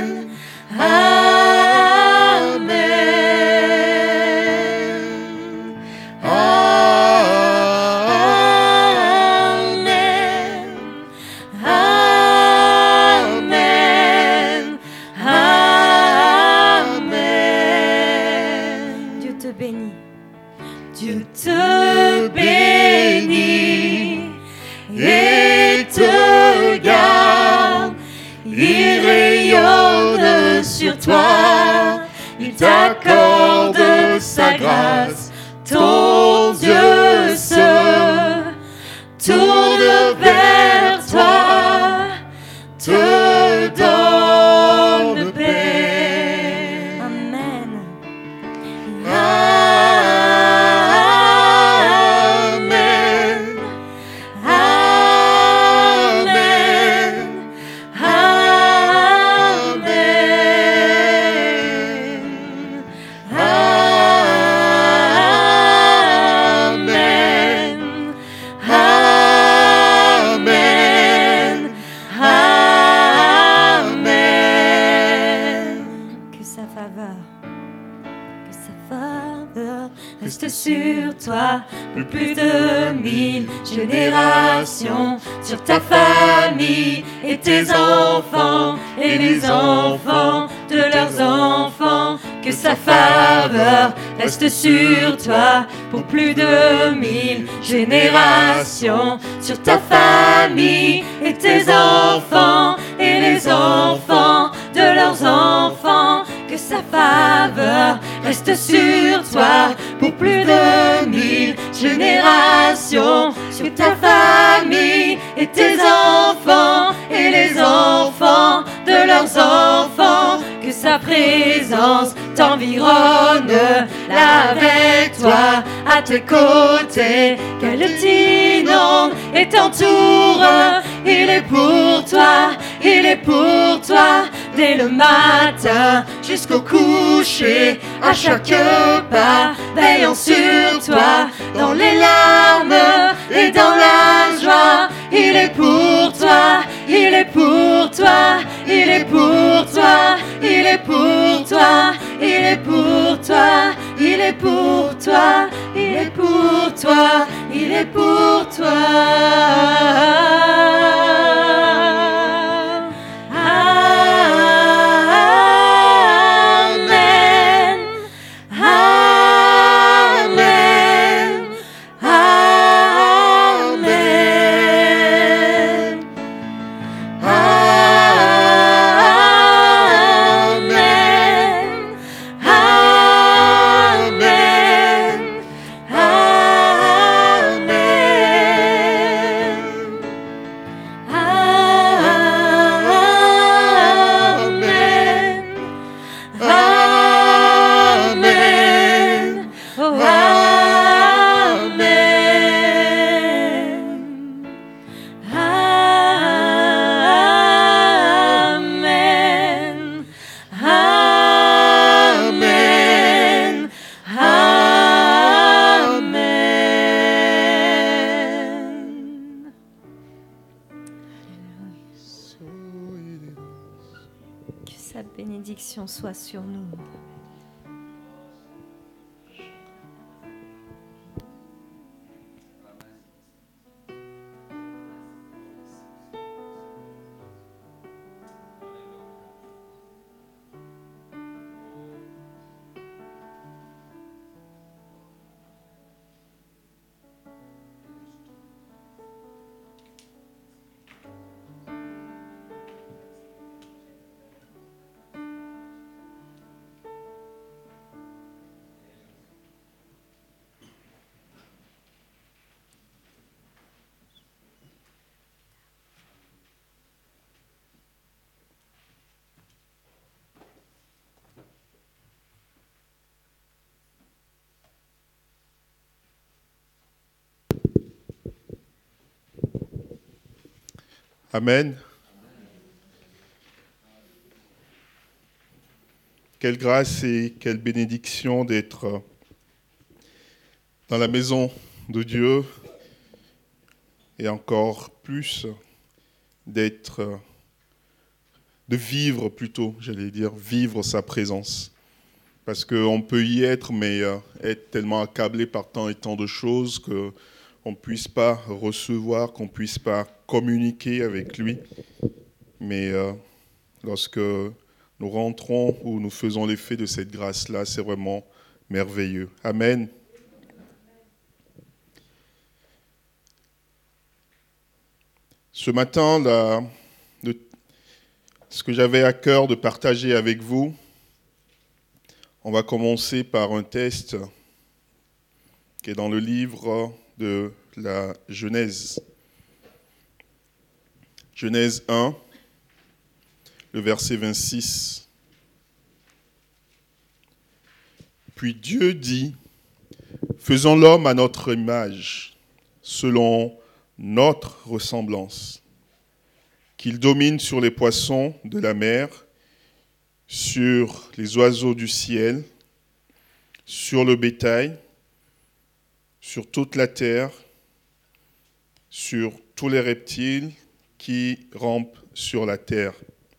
toi pour plus de mille générations, sur ta famille et tes enfants et les enfants de leurs enfants, que sa faveur reste sur toi pour plus de mille générations, sur ta famille et tes enfants et les enfants de leurs enfants, que sa faveur reste sur toi pour plus de mille générations, sur ta famille et tes enfants et les enfants de leurs enfants, que sa présence t'environne là avec toi, à tes côtés, qu'elle t'inonde et t'entoure. Il est pour toi, il est pour toi, dès le matin jusqu'au coucher, à chaque pas, veillant sur toi, dans les larmes et dans la joie. Il est pour toi, il est pour toi, il est pour toi, il est pour toi, il est pour toi, il est pour toi, il est pour toi, il est pour toi. Soit sur nous. Amen. Quelle grâce et quelle bénédiction d'être dans la maison de Dieu et encore plus d'être, de vivre plutôt, j'allais dire, vivre sa présence. Parce qu'on peut y être, mais être tellement accablé par tant et tant de choses que qu'on ne puisse pas recevoir, qu'on ne puisse pas communiquer avec lui. Mais euh, lorsque nous rentrons ou nous faisons l'effet de cette grâce-là, c'est vraiment merveilleux. Amen. Ce matin, là, de, ce que j'avais à cœur de partager avec vous, on va commencer par un texte qui est dans le livre de la Genèse. Genèse un, le verset vingt-six. Puis Dieu dit, faisons l'homme à notre image, selon notre ressemblance, qu'il domine sur les poissons de la mer, sur les oiseaux du ciel, sur le bétail, sur toute la terre, sur tous les reptiles qui rampent sur la terre.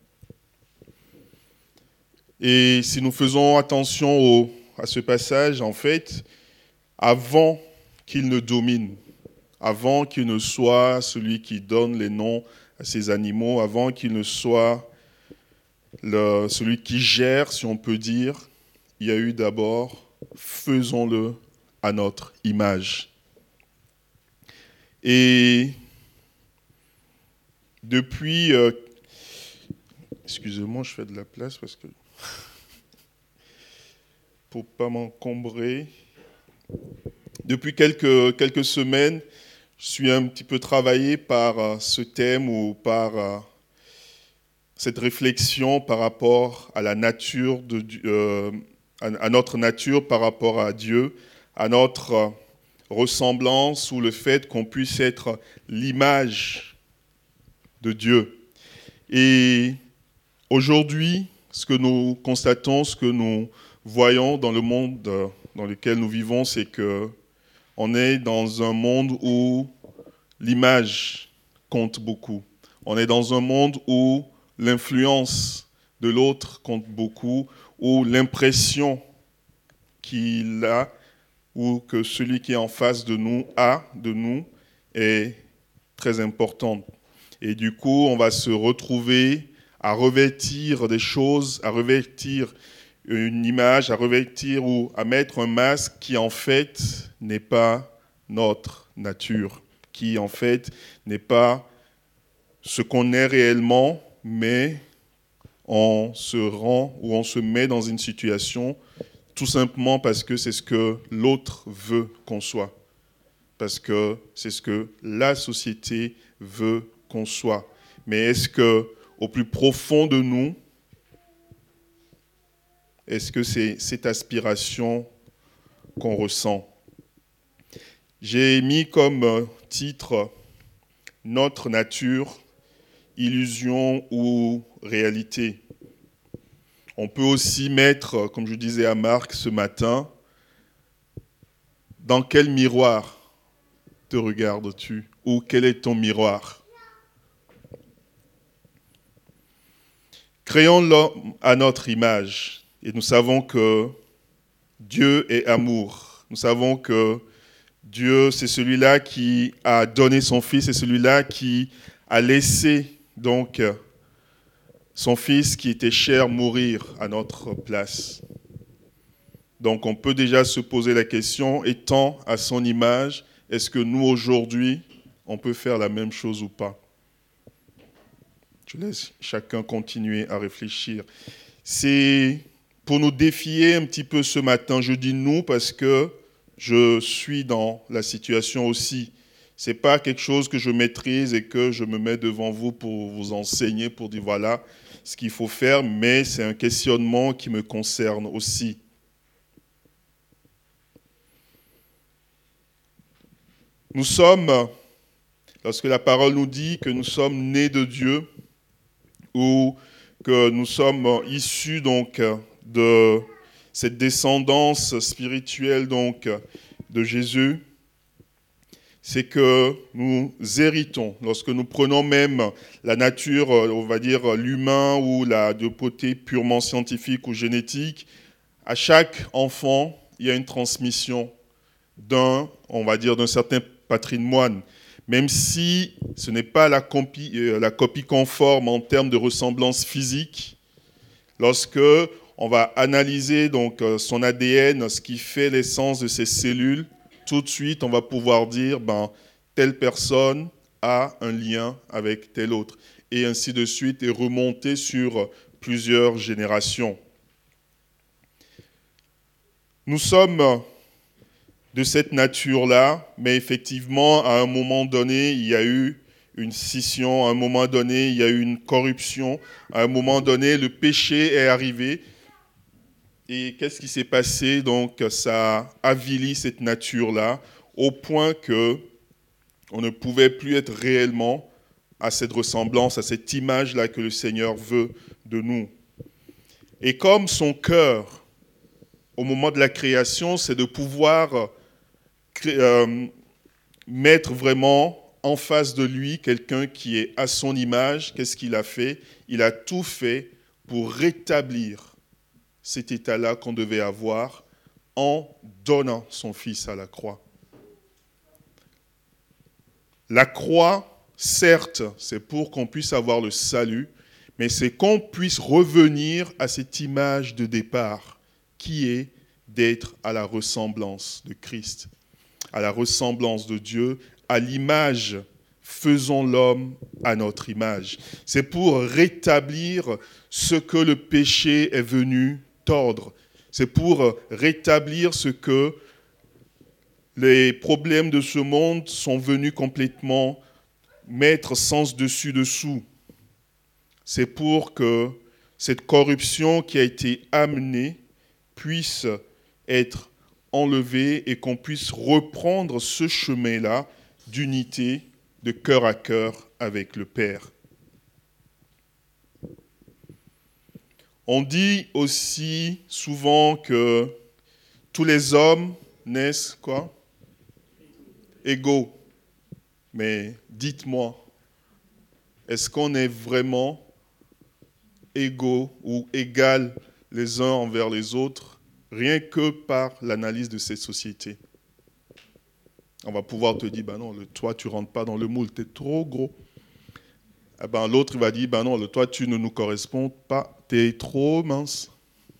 Et si nous faisons attention au, à ce passage, en fait, avant qu'il ne domine, avant qu'il ne soit celui qui donne les noms à ces animaux, avant qu'il ne soit le, celui qui gère, si on peut dire, il y a eu d'abord « faisons-le à notre image ». Et depuis, euh, excusez-moi, je fais de la place parce que pour pas m'encombrer. Depuis quelques, quelques semaines, je suis un petit peu travaillé par euh, ce thème ou par euh, cette réflexion par rapport à la nature, de, euh, à, à notre nature par rapport à Dieu, à notre euh, ressemblance ou le fait qu'on puisse être l'image de Dieu. Et aujourd'hui, ce que nous constatons, ce que nous voyons dans le monde dans lequel nous vivons, c'est qu'on est dans un monde où l'image compte beaucoup. On est dans un monde où l'influence de l'autre compte beaucoup, où l'impression qu'il a ou que celui qui est en face de nous a de nous est très importante. Et du coup, on va se retrouver à revêtir des choses, à revêtir une image, à revêtir ou à mettre un masque qui en fait n'est pas notre nature, qui en fait n'est pas ce qu'on est réellement, mais on se rend ou on se met dans une situation tout simplement parce que c'est ce que l'autre veut qu'on soit, parce que c'est ce que la société veut qu'on soit. Mais est-ce que au plus profond de nous, est-ce que c'est cette aspiration qu'on ressent? J'ai mis comme titre « Notre nature, illusion ou réalité ». On peut aussi mettre, comme je disais à Marc ce matin, « Dans quel miroir te regardes-tu » ou « Quel est ton miroir ?» Créons l'homme à notre image. Et nous savons que Dieu est amour. Nous savons que Dieu, c'est celui-là qui a donné son Fils, c'est celui-là qui a laissé donc son Fils qui était cher mourir à notre place. Donc on peut déjà se poser la question, étant à son image, est-ce que nous aujourd'hui, on peut faire la même chose ou pas? Je laisse chacun continuer à réfléchir. C'est pour nous défier un petit peu ce matin. Je dis nous parce que je suis dans la situation aussi. Ce n'est pas quelque chose que je maîtrise et que je me mets devant vous pour vous enseigner, pour dire voilà ce qu'il faut faire, mais c'est un questionnement qui me concerne aussi. Nous sommes, lorsque la parole nous dit que nous sommes nés de Dieu, ou que nous sommes issus donc de cette descendance spirituelle donc de Jésus, c'est que nous héritons. Lorsque nous prenons même la nature, on va dire l'humain ou la de côté purement scientifique ou génétique, à chaque enfant, il y a une transmission d'un, on va dire, d'un certain patrimoine. Même si ce n'est pas la copie, la copie conforme en termes de ressemblance physique, lorsque on va analyser donc son A D N, ce qui fait l'essence de ses cellules, tout de suite on va pouvoir dire ben, telle personne a un lien avec telle autre, et ainsi de suite, et remonter sur plusieurs générations. Nous sommes de cette nature-là, mais effectivement, à un moment donné, il y a eu une scission, à un moment donné, il y a eu une corruption, à un moment donné, le péché est arrivé. Et qu'est-ce qui s'est passé? Donc, ça a avili cette nature-là, au point que on ne pouvait plus être réellement à cette ressemblance, à cette image-là que le Seigneur veut de nous. Et comme son cœur, au moment de la création, c'est de pouvoir euh, mettre vraiment en face de lui quelqu'un qui est à son image, qu'est-ce qu'il a fait? Il a tout fait pour rétablir cet état-là qu'on devait avoir en donnant son Fils à la croix. La croix, certes, c'est pour qu'on puisse avoir le salut, mais c'est qu'on puisse revenir à cette image de départ, qui est d'être à la ressemblance de Christ, à la ressemblance de Dieu, à l'image, faisons l'homme à notre image. C'est pour rétablir ce que le péché est venu tordre. C'est pour rétablir ce que les problèmes de ce monde sont venus complètement mettre sens dessus-dessous. C'est pour que cette corruption qui a été amenée puisse être enlevée et qu'on puisse reprendre ce chemin-là d'unité, de cœur à cœur avec le Père. On dit aussi souvent que tous les hommes naissent quoi ? Égaux. Mais dites-moi, est-ce qu'on est vraiment égaux ou égales les uns envers les autres, rien que par l'analyse de cette société? On va pouvoir te dire, ben non, le, toi, tu ne rentres pas dans le moule, tu es trop gros. Eh ben, l'autre va dire, ben non, le, toi, tu ne nous corresponds pas, tu es trop mince.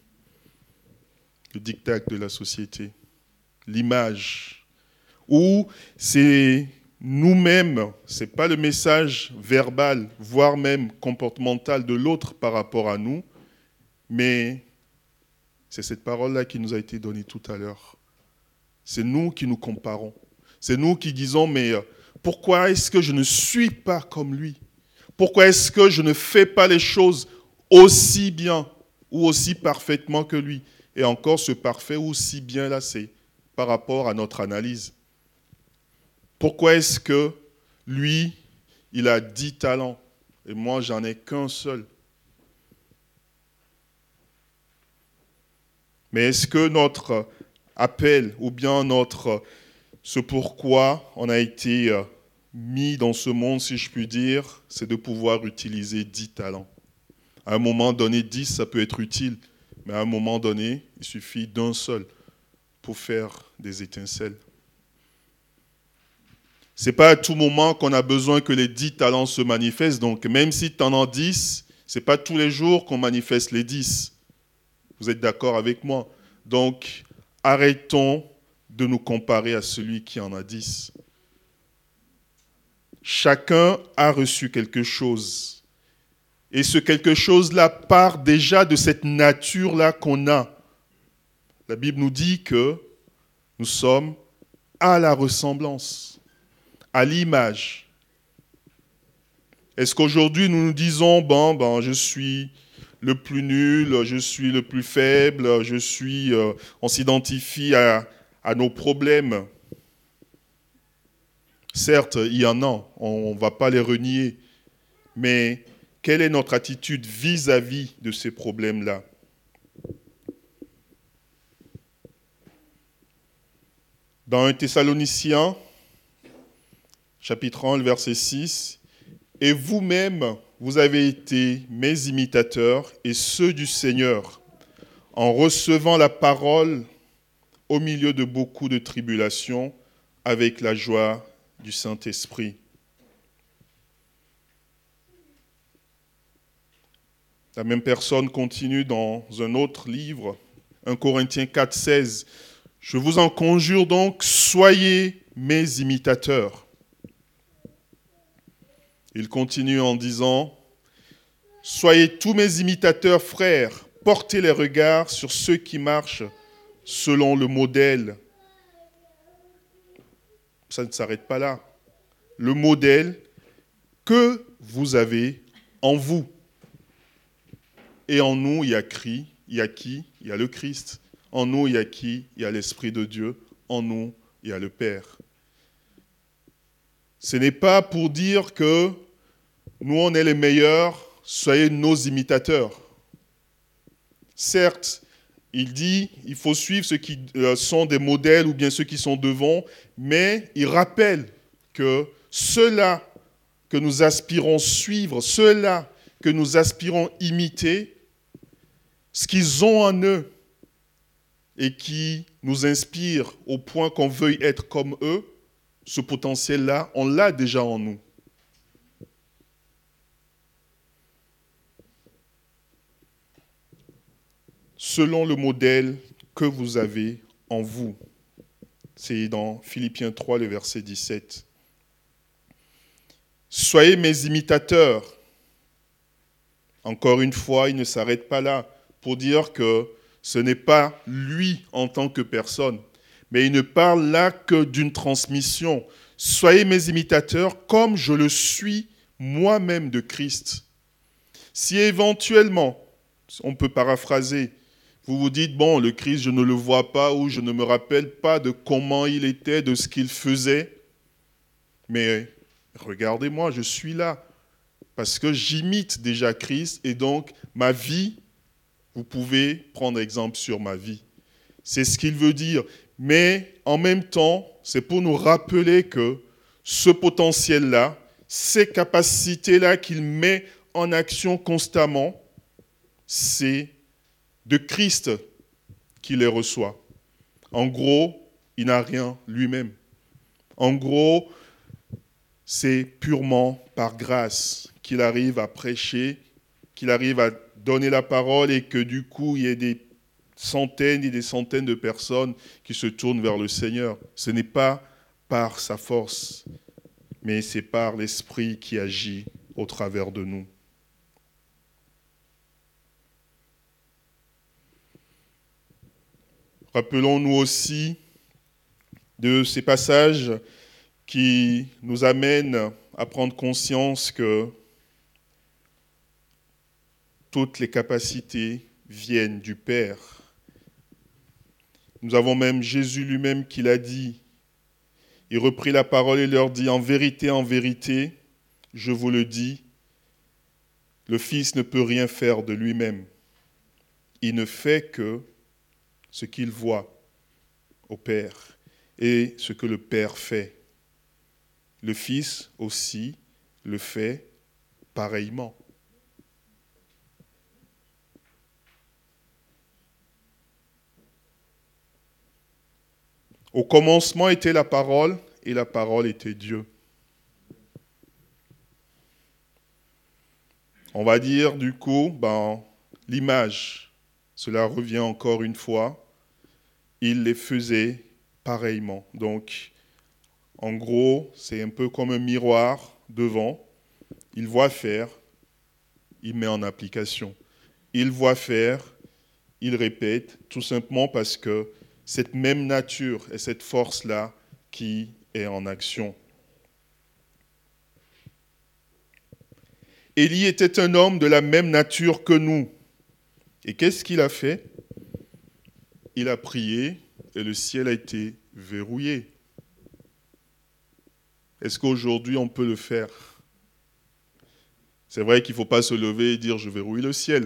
Le diktat de la société, l'image. Ou c'est nous-mêmes, ce n'est pas le message verbal, voire même comportemental de l'autre par rapport à nous, mais c'est cette parole-là qui nous a été donnée tout à l'heure. C'est nous qui nous comparons. C'est nous qui disons, mais pourquoi est-ce que je ne suis pas comme lui ? Pourquoi est-ce que je ne fais pas les choses aussi bien ou aussi parfaitement que lui ? Et encore, ce parfait ou si bien là, c'est par rapport à notre analyse. Pourquoi est-ce que lui, il a dix talents et moi, j'en ai qu'un seul ? Mais est-ce que notre appel ou bien notre, ce pourquoi on a été mis dans ce monde, si je puis dire, c'est de pouvoir utiliser dix talents. À un moment donné, dix, ça peut être utile, mais à un moment donné, il suffit d'un seul pour faire des étincelles. Ce n'est pas à tout moment qu'on a besoin que les dix talents se manifestent. Donc, même si tu en as dix, ce n'est pas tous les jours qu'on manifeste les dix. Vous êtes d'accord avec moi? Donc, arrêtons de nous comparer à celui qui en a dix. Chacun a reçu quelque chose. Et ce quelque chose-là part déjà de cette nature-là qu'on a. La Bible nous dit que nous sommes à la ressemblance, à l'image. Est-ce qu'aujourd'hui nous nous disons, bon, ben, je suis le plus nul, je suis le plus faible, je suis, euh, on s'identifie à, à nos problèmes. Certes, il y en a, on ne va pas les renier, mais quelle est notre attitude vis-à-vis de ces problèmes-là? Dans un Thessaloniciens, chapitre un, le verset six, « Et vous-même, vous avez été mes imitateurs et ceux du Seigneur, en recevant la parole au milieu de beaucoup de tribulations, avec la joie du Saint-Esprit. » La même personne continue dans un autre livre, un Corinthiens quatre, seize. « Je vous en conjure donc, soyez mes imitateurs. » Il continue en disant, « Soyez tous mes imitateurs, frères, portez les regards sur ceux qui marchent selon le modèle. » Ça ne s'arrête pas là. Le modèle que vous avez en vous. Et en nous, il y a qui? Il y a qui? Il y a le Christ. En nous, il y a qui? Il y a l'Esprit de Dieu. En nous, il y a le Père. Ce n'est pas pour dire que nous, on est les meilleurs, soyez nos imitateurs. Certes, il dit, il faut suivre ceux qui sont des modèles ou bien ceux qui sont devant, mais il rappelle que ceux-là que nous aspirons suivre, ceux-là que nous aspirons imiter, ce qu'ils ont en eux et qui nous inspire au point qu'on veuille être comme eux, ce potentiel-là, on l'a déjà en nous. Selon le modèle que vous avez en vous. C'est dans Philippiens trois, le verset dix-sept. Soyez mes imitateurs. Encore une fois, il ne s'arrête pas là pour dire que ce n'est pas lui en tant que personne, mais il ne parle là que d'une transmission. Soyez mes imitateurs comme je le suis moi-même de Christ. Si éventuellement, on peut paraphraser, vous vous dites, bon, le Christ, je ne le vois pas ou je ne me rappelle pas de comment il était, de ce qu'il faisait, mais regardez-moi, je suis là parce que j'imite déjà Christ et donc ma vie, vous pouvez prendre exemple sur ma vie. C'est ce qu'il veut dire. Mais en même temps, c'est pour nous rappeler que ce potentiel-là, ces capacités-là qu'il met en action constamment, c'est de Christ qu'il les reçoit. En gros, il n'a rien lui-même. En gros, c'est purement par grâce qu'il arrive à prêcher, qu'il arrive à donner la parole et que du coup, il y ait des centaines et des centaines de personnes qui se tournent vers le Seigneur. Ce n'est pas par sa force, mais c'est par l'Esprit qui agit au travers de nous. Rappelons-nous aussi de ces passages qui nous amènent à prendre conscience que toutes les capacités viennent du Père. Nous avons même Jésus lui-même qui l'a dit. Il reprit la parole et leur dit, « En vérité, en vérité, je vous le dis, le Fils ne peut rien faire de lui-même. Il ne fait que ce qu'il voit au Père et ce que le Père fait. Le Fils aussi le fait pareillement. » Au commencement était la parole, et la parole était Dieu. On va dire du coup, ben, l'image, cela revient encore une fois, il les faisait pareillement. Donc, en gros, c'est un peu comme un miroir devant. Il voit faire, il met en application. Il voit faire, il répète, tout simplement parce que cette même nature et cette force-là qui est en action. Élie était un homme de la même nature que nous. Et qu'est-ce qu'il a fait? Il a prié et le ciel a été verrouillé. Est-ce qu'aujourd'hui on peut le faire? C'est vrai qu'il ne faut pas se lever et dire « je verrouille le ciel ».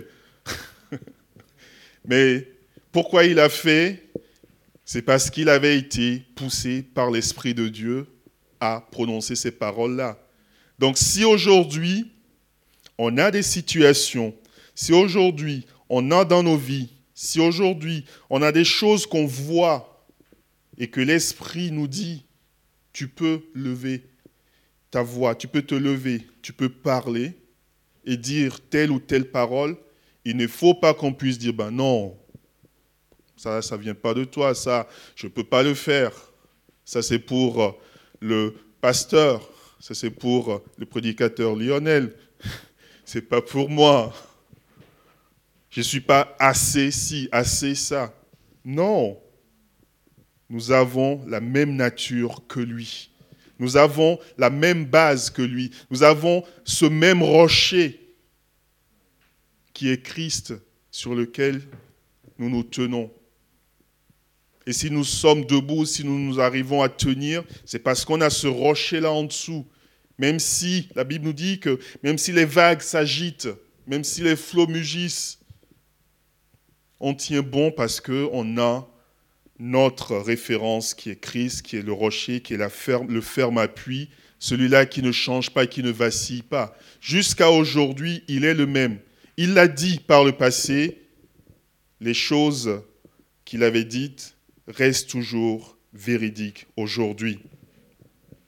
Mais pourquoi il a fait? C'est parce qu'il avait été poussé par l'Esprit de Dieu à prononcer ces paroles-là. Donc si aujourd'hui, on a des situations, si aujourd'hui, on a dans nos vies, si aujourd'hui, on a des choses qu'on voit et que l'Esprit nous dit, tu peux lever ta voix, tu peux te lever, tu peux parler et dire telle ou telle parole, il ne faut pas qu'on puisse dire, ben non, ça, ça ne vient pas de toi, ça, je ne peux pas le faire. Ça, c'est pour le pasteur, ça, c'est pour le prédicateur Lionel. Ce n'est pas pour moi. Je ne suis pas assez ci, assez ça. Non. Nous avons la même nature que lui. Nous avons la même base que lui. Nous avons ce même rocher qui est Christ, sur lequel nous nous tenons. Et si nous sommes debout, si nous nous arrivons à tenir, c'est parce qu'on a ce rocher-là en dessous. Même si, la Bible nous dit que même si les vagues s'agitent, même si les flots mugissent, on tient bon parce qu'on a notre référence qui est Christ, qui est le rocher, qui est la ferme, le ferme appui, celui-là qui ne change pas, qui ne vacille pas. Jusqu'à aujourd'hui, il est le même. Il l'a dit par le passé, les choses qu'il avait dites restent toujours véridiques aujourd'hui.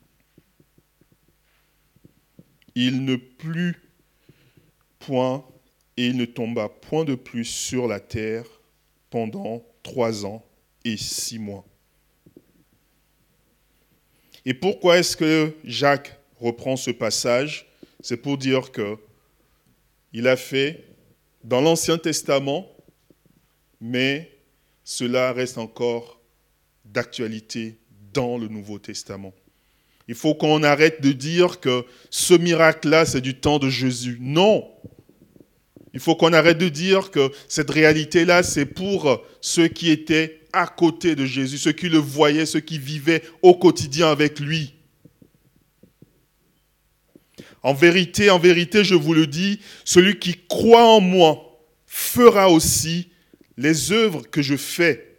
il ne plut point et il ne tomba point de plus sur la terre pendant trois ans et six mois. Et pourquoi est-ce que Jacques reprend ce passage? C'est pour dire que il a fait dans l'Ancien Testament, mais cela reste encore d'actualité dans le Nouveau Testament. Il faut qu'on arrête de dire que ce miracle-là, c'est du temps de Jésus. Non! Il faut qu'on arrête de dire que cette réalité-là, c'est pour ceux qui étaient à côté de Jésus, ceux qui le voyaient, ceux qui vivaient au quotidien avec lui. En vérité, en vérité, je vous le dis, celui qui croit en moi fera aussi les œuvres que je fais.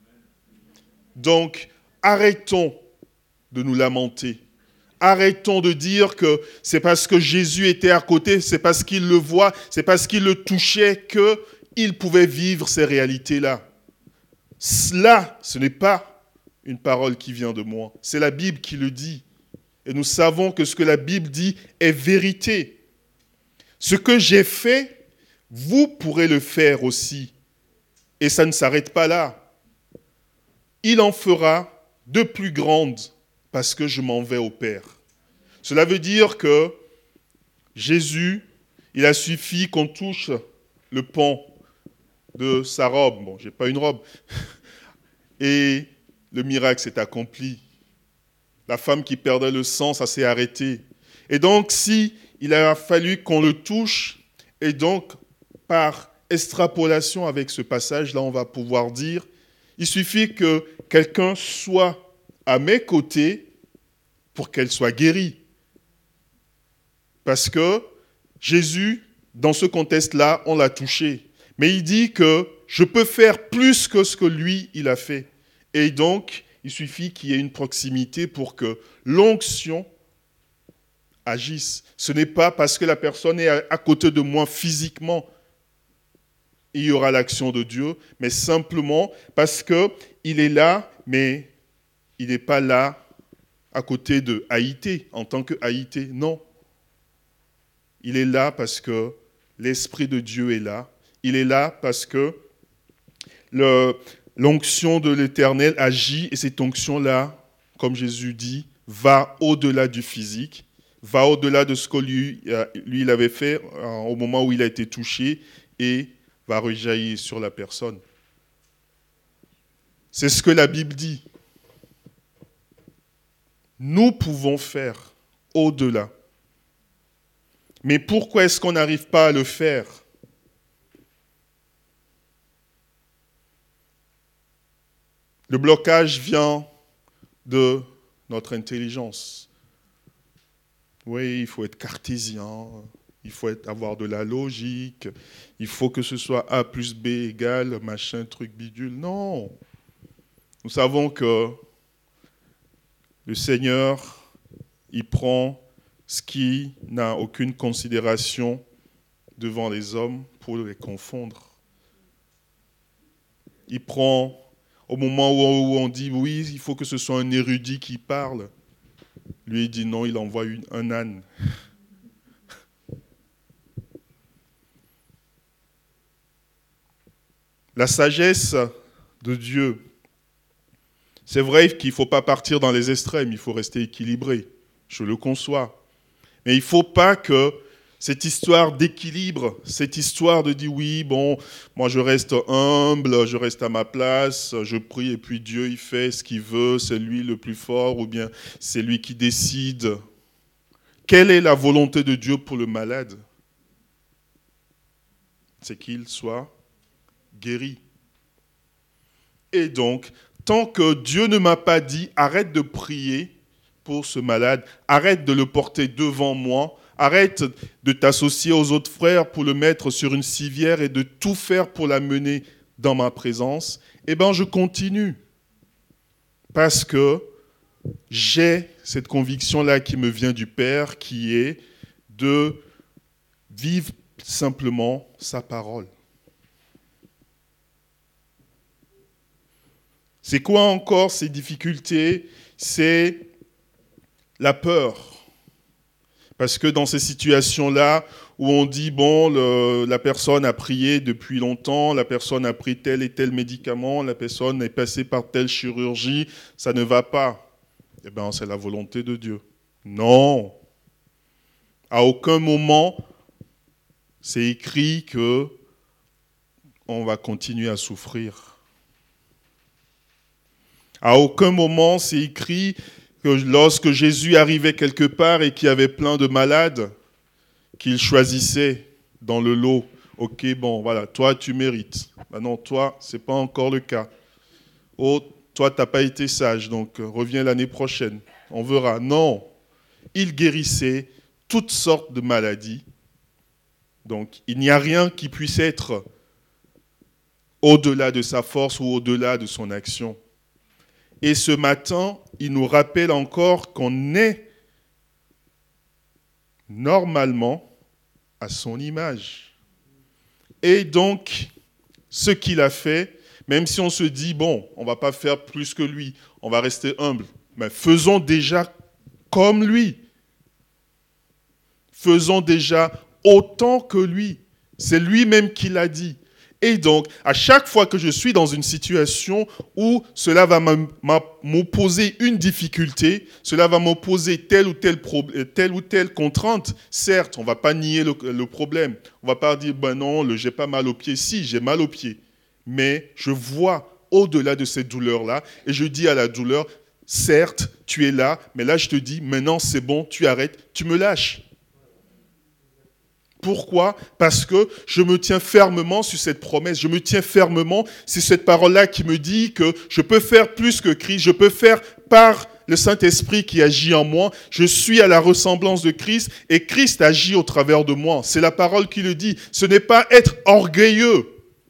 Donc, arrêtons de nous lamenter. Arrêtons de dire que c'est parce que Jésus était à côté, c'est parce qu'il le voit, c'est parce qu'il le touchait qu'il pouvait vivre ces réalités-là. Cela, ce n'est pas une parole qui vient de moi, c'est la Bible qui le dit. Et nous savons que ce que la Bible dit est vérité. Ce que j'ai fait, vous pourrez le faire aussi. Et ça ne s'arrête pas là. Il en fera de plus grandes parce que je m'en vais au Père. Cela veut dire que Jésus, il a suffi qu'on touche le pan de sa robe. Bon, je n'ai pas une robe. Et le miracle s'est accompli. La femme qui perdait le sang, ça s'est arrêté. Et donc, si il a fallu qu'on le touche, et donc, par extrapolation avec ce passage-là, on va pouvoir dire, il suffit que quelqu'un soit à mes côtés pour qu'elle soit guérie. Parce que Jésus, dans ce contexte-là, on l'a touché. Mais il dit que je peux faire plus que ce que lui, il a fait. Et donc, il suffit qu'il y ait une proximité pour que l'onction agisse. Ce n'est pas parce que la personne est à côté de moi physiquement, il y aura l'action de Dieu, mais simplement parce qu'il est là, mais il n'est pas là à côté de Haïté, en tant que Haïté, non. Il est là parce que l'Esprit de Dieu est là. Il est là parce que le, l'onction de l'Éternel agit, et cette onction-là, comme Jésus dit, va au-delà du physique, va au-delà de ce que lui, lui il avait fait au moment où il a été touché, et va rejaillir sur la personne. C'est ce que la Bible dit. Nous pouvons faire au-delà. Mais pourquoi est-ce qu'on n'arrive pas à le faire? Le blocage vient de notre intelligence. Oui, il faut être cartésien, il faut être, avoir de la logique, il faut que ce soit A plus B égale machin, truc, bidule. Non. Nous savons que le Seigneur, il prend ce qui n'a aucune considération devant les hommes pour les confondre. Il prend, au moment où on dit oui, il faut que ce soit un érudit qui parle, lui il dit non, il envoie une, un âne. La sagesse de Dieu, c'est vrai qu'il ne faut pas partir dans les extrêmes, il faut rester équilibré, je le conçois. Mais il ne faut pas que cette histoire d'équilibre, cette histoire de dire oui, bon, moi je reste humble, je reste à ma place, je prie et puis Dieu il fait ce qu'il veut, c'est lui le plus fort ou bien c'est lui qui décide. Quelle est la volonté de Dieu pour le malade? C'est qu'il soit guéri. Et donc, tant que Dieu ne m'a pas dit arrête de prier pour ce malade, arrête de le porter devant moi, arrête de t'associer aux autres frères pour le mettre sur une civière et de tout faire pour l'amener dans ma présence, eh bien je continue. Parce que j'ai cette conviction-là qui me vient du Père, qui est de vivre simplement sa parole. C'est quoi encore ces difficultés? C'est la peur. Parce que dans ces situations-là, où on dit, bon, le, la personne a prié depuis longtemps, la personne a pris tel et tel médicament, la personne est passée par telle chirurgie, ça ne va pas. Eh bien, c'est la volonté de Dieu. Non. À aucun moment, c'est écrit que on va continuer à souffrir. À aucun moment, c'est écrit que lorsque Jésus arrivait quelque part et qu'il y avait plein de malades, qu'il choisissait dans le lot. Ok, bon, voilà, toi, tu mérites. Ben non, toi, ce n'est pas encore le cas. Oh, toi, tu n'as pas été sage, donc reviens l'année prochaine. On verra. Non. Il guérissait toutes sortes de maladies. Donc, il n'y a rien qui puisse être au-delà de sa force ou au-delà de son action. Et ce matin, il nous rappelle encore qu'on est normalement à son image. Et donc, ce qu'il a fait, même si on se dit, bon, on ne va pas faire plus que lui, on va rester humble, mais faisons déjà comme lui. Faisons déjà autant que lui. C'est lui-même qui l'a dit. Et donc, à chaque fois que je suis dans une situation où cela va m'opposer une difficulté, cela va m'opposer telle ou telle, telle ou telle contrainte, certes, on ne va pas nier le, le problème. On ne va pas dire, ben non, le, j'ai pas mal au pied. Si, j'ai mal au pied. Mais je vois au-delà de cette douleur-là et je dis à la douleur, certes, tu es là, mais là, je te dis, maintenant, c'est bon, tu arrêtes, tu me lâches. Pourquoi ? Parce que je me tiens fermement sur cette promesse, je me tiens fermement sur cette parole-là qui me dit que je peux faire plus que Christ, je peux faire par le Saint-Esprit qui agit en moi, je suis à la ressemblance de Christ et Christ agit au travers de moi. C'est la parole qui le dit. Ce n'est pas être orgueilleux.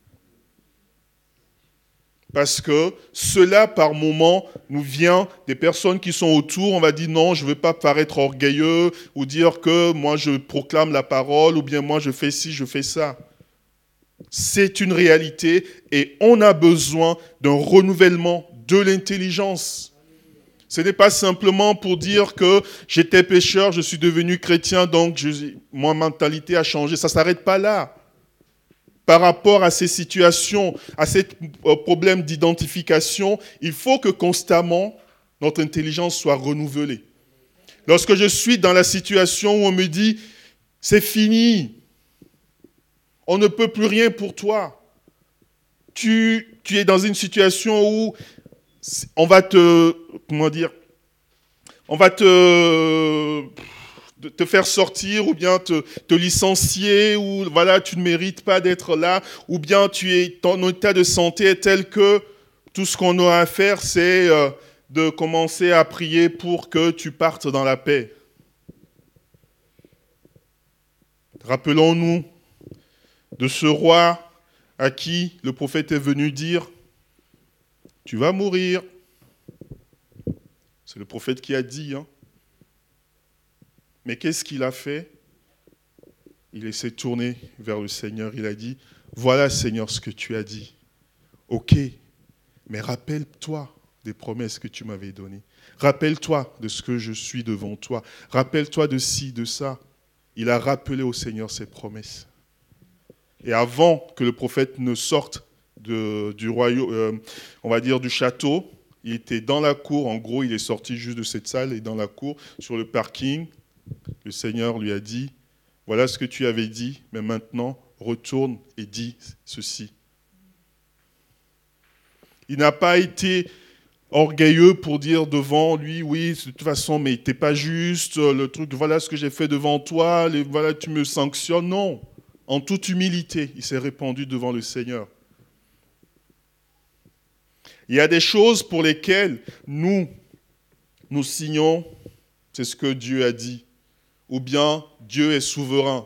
Parce que cela, par moment, nous vient des personnes qui sont autour. On va dire non, je ne veux pas paraître orgueilleux ou dire que moi je proclame la parole ou bien moi je fais ci, je fais ça. C'est une réalité et on a besoin d'un renouvellement de l'intelligence. Ce n'est pas simplement pour dire que j'étais pécheur, je suis devenu chrétien, donc je, ma mentalité a changé. Ça ne s'arrête pas là. Par rapport à ces situations, à ces problèmes d'identification, il faut que constamment notre intelligence soit renouvelée. Lorsque je suis dans la situation où on me dit « c'est fini, on ne peut plus rien pour toi », tu, tu es dans une situation où on va te, comment dire, on va te... de te faire sortir ou bien te, te licencier ou voilà, tu ne mérites pas d'être là ou bien tu es, ton état de santé est tel que tout ce qu'on a à faire, c'est euh, de commencer à prier pour que tu partes dans la paix. Rappelons-nous de ce roi à qui le prophète est venu dire « Tu vas mourir ». C'est le prophète qui a dit, hein. Mais qu'est-ce qu'il a fait ? Il s'est tourné vers le Seigneur. Il a dit, voilà Seigneur ce que tu as dit. Ok, mais rappelle-toi des promesses que tu m'avais données. Rappelle-toi de ce que je suis devant toi. Rappelle-toi de ci, de ça. Il a rappelé au Seigneur ses promesses. Et avant que le prophète ne sorte de, du royaume, euh, on va dire du château, il était dans la cour. En gros, il est sorti juste de cette salle et dans la cour, sur le parking. Le Seigneur lui a dit, voilà ce que tu avais dit, mais maintenant, retourne et dis ceci. Il n'a pas été orgueilleux pour dire devant lui, oui, de toute façon, mais t'es pas juste, le truc, voilà ce que j'ai fait devant toi, les, voilà, tu me sanctionnes. Non, en toute humilité, il s'est répandu devant le Seigneur. Il y a des choses pour lesquelles nous, nous signons, c'est ce que Dieu a dit. Ou bien Dieu est souverain.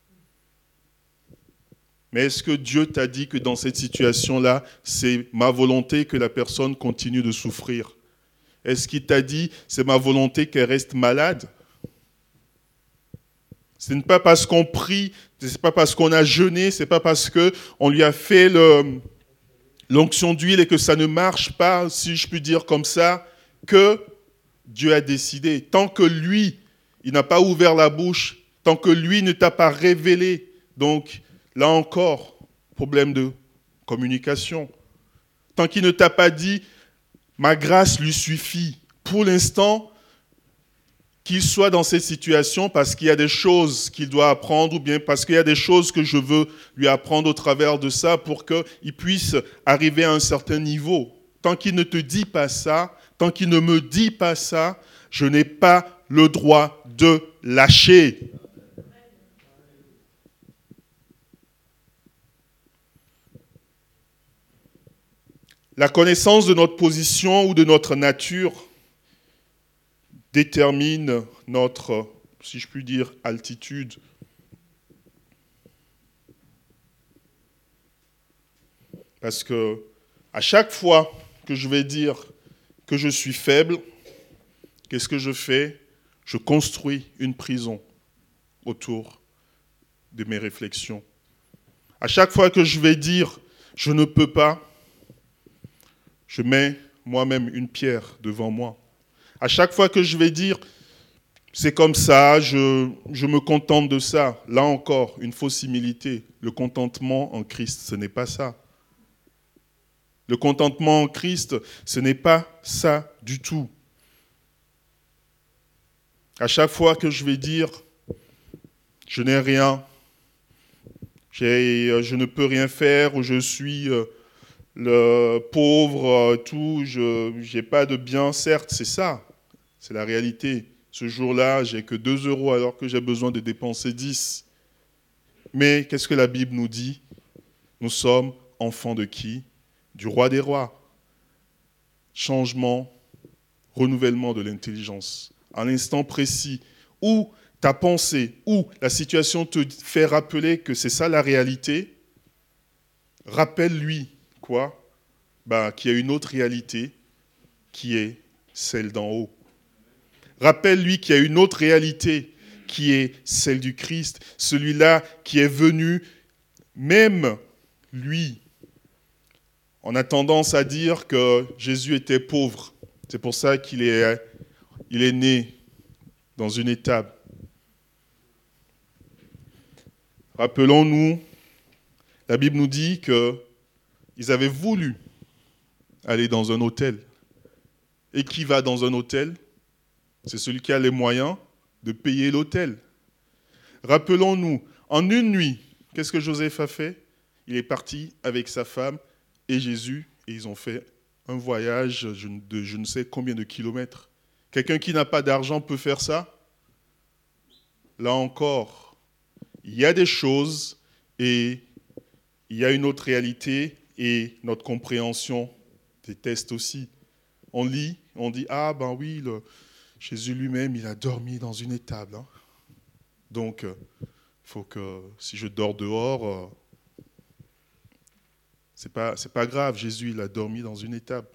Mais est-ce que Dieu t'a dit que dans cette situation-là, c'est ma volonté que la personne continue de souffrir ? Est-ce qu'il t'a dit, c'est ma volonté qu'elle reste malade ? Ce n'est pas parce qu'on prie, ce n'est pas parce qu'on a jeûné, ce n'est pas parce qu'on lui a fait le, l'onction d'huile et que ça ne marche pas, si je puis dire comme ça, que Dieu a décidé. Tant que lui, il n'a pas ouvert la bouche, tant que lui ne t'a pas révélé. Donc, là encore, problème de communication. Tant qu'il ne t'a pas dit, ma grâce lui suffit. Pour l'instant, qu'il soit dans cette situation parce qu'il y a des choses qu'il doit apprendre ou bien parce qu'il y a des choses que je veux lui apprendre au travers de ça pour qu'il puisse arriver à un certain niveau. Tant qu'il ne te dit pas ça, tant qu'il ne me dit pas ça, je n'ai pas le droit de lâcher. La connaissance de notre position ou de notre nature détermine notre, si je puis dire, altitude. Parce que à chaque fois que je vais dire que je suis faible, qu'est-ce que je fais? Je construis une prison autour de mes réflexions. À chaque fois que je vais dire je ne peux pas, je mets moi-même une pierre devant moi. À chaque fois que je vais dire c'est comme ça, je, je me contente de ça, là encore, une fausse humilité. Le contentement en Christ, ce n'est pas ça. Le contentement en Christ, ce n'est pas ça du tout. À chaque fois que je vais dire je n'ai rien, j'ai, je ne peux rien faire, ou je suis le pauvre, tout, je n'ai pas de bien, certes, c'est ça, c'est la réalité. Ce jour-là, j'ai que deux euros alors que j'ai besoin de dépenser dix. Mais qu'est-ce que la Bible nous dit? Nous sommes enfants de qui? Du roi des rois. Changement, renouvellement de l'intelligence. À l'instant précis où ta pensée, où la situation te fait rappeler que c'est ça la réalité, rappelle-lui quoi? Ben, qu'il y a une autre réalité qui est celle d'en haut. Rappelle-lui qu'il y a une autre réalité qui est celle du Christ, celui-là qui est venu, même lui. On a tendance à dire que Jésus était pauvre. C'est pour ça qu'il est, il est né dans une étable. Rappelons-nous, la Bible nous dit qu'ils avaient voulu aller dans un hôtel. Et qui va dans un hôtel? C'est celui qui a les moyens de payer l'hôtel. Rappelons-nous, en une nuit, qu'est-ce que Joseph a fait? Il est parti avec sa femme et Jésus, et ils ont fait un voyage de je ne sais combien de kilomètres. Quelqu'un qui n'a pas d'argent peut faire ça? Là encore, il y a des choses et il y a une autre réalité et notre compréhension des tests aussi. On lit, on dit, ah ben oui, le, Jésus lui-même, il a dormi dans une étable. Hein. Donc, il euh, faut que si je dors dehors, euh, c'est pas, c'est pas grave, Jésus, il a dormi dans une étable.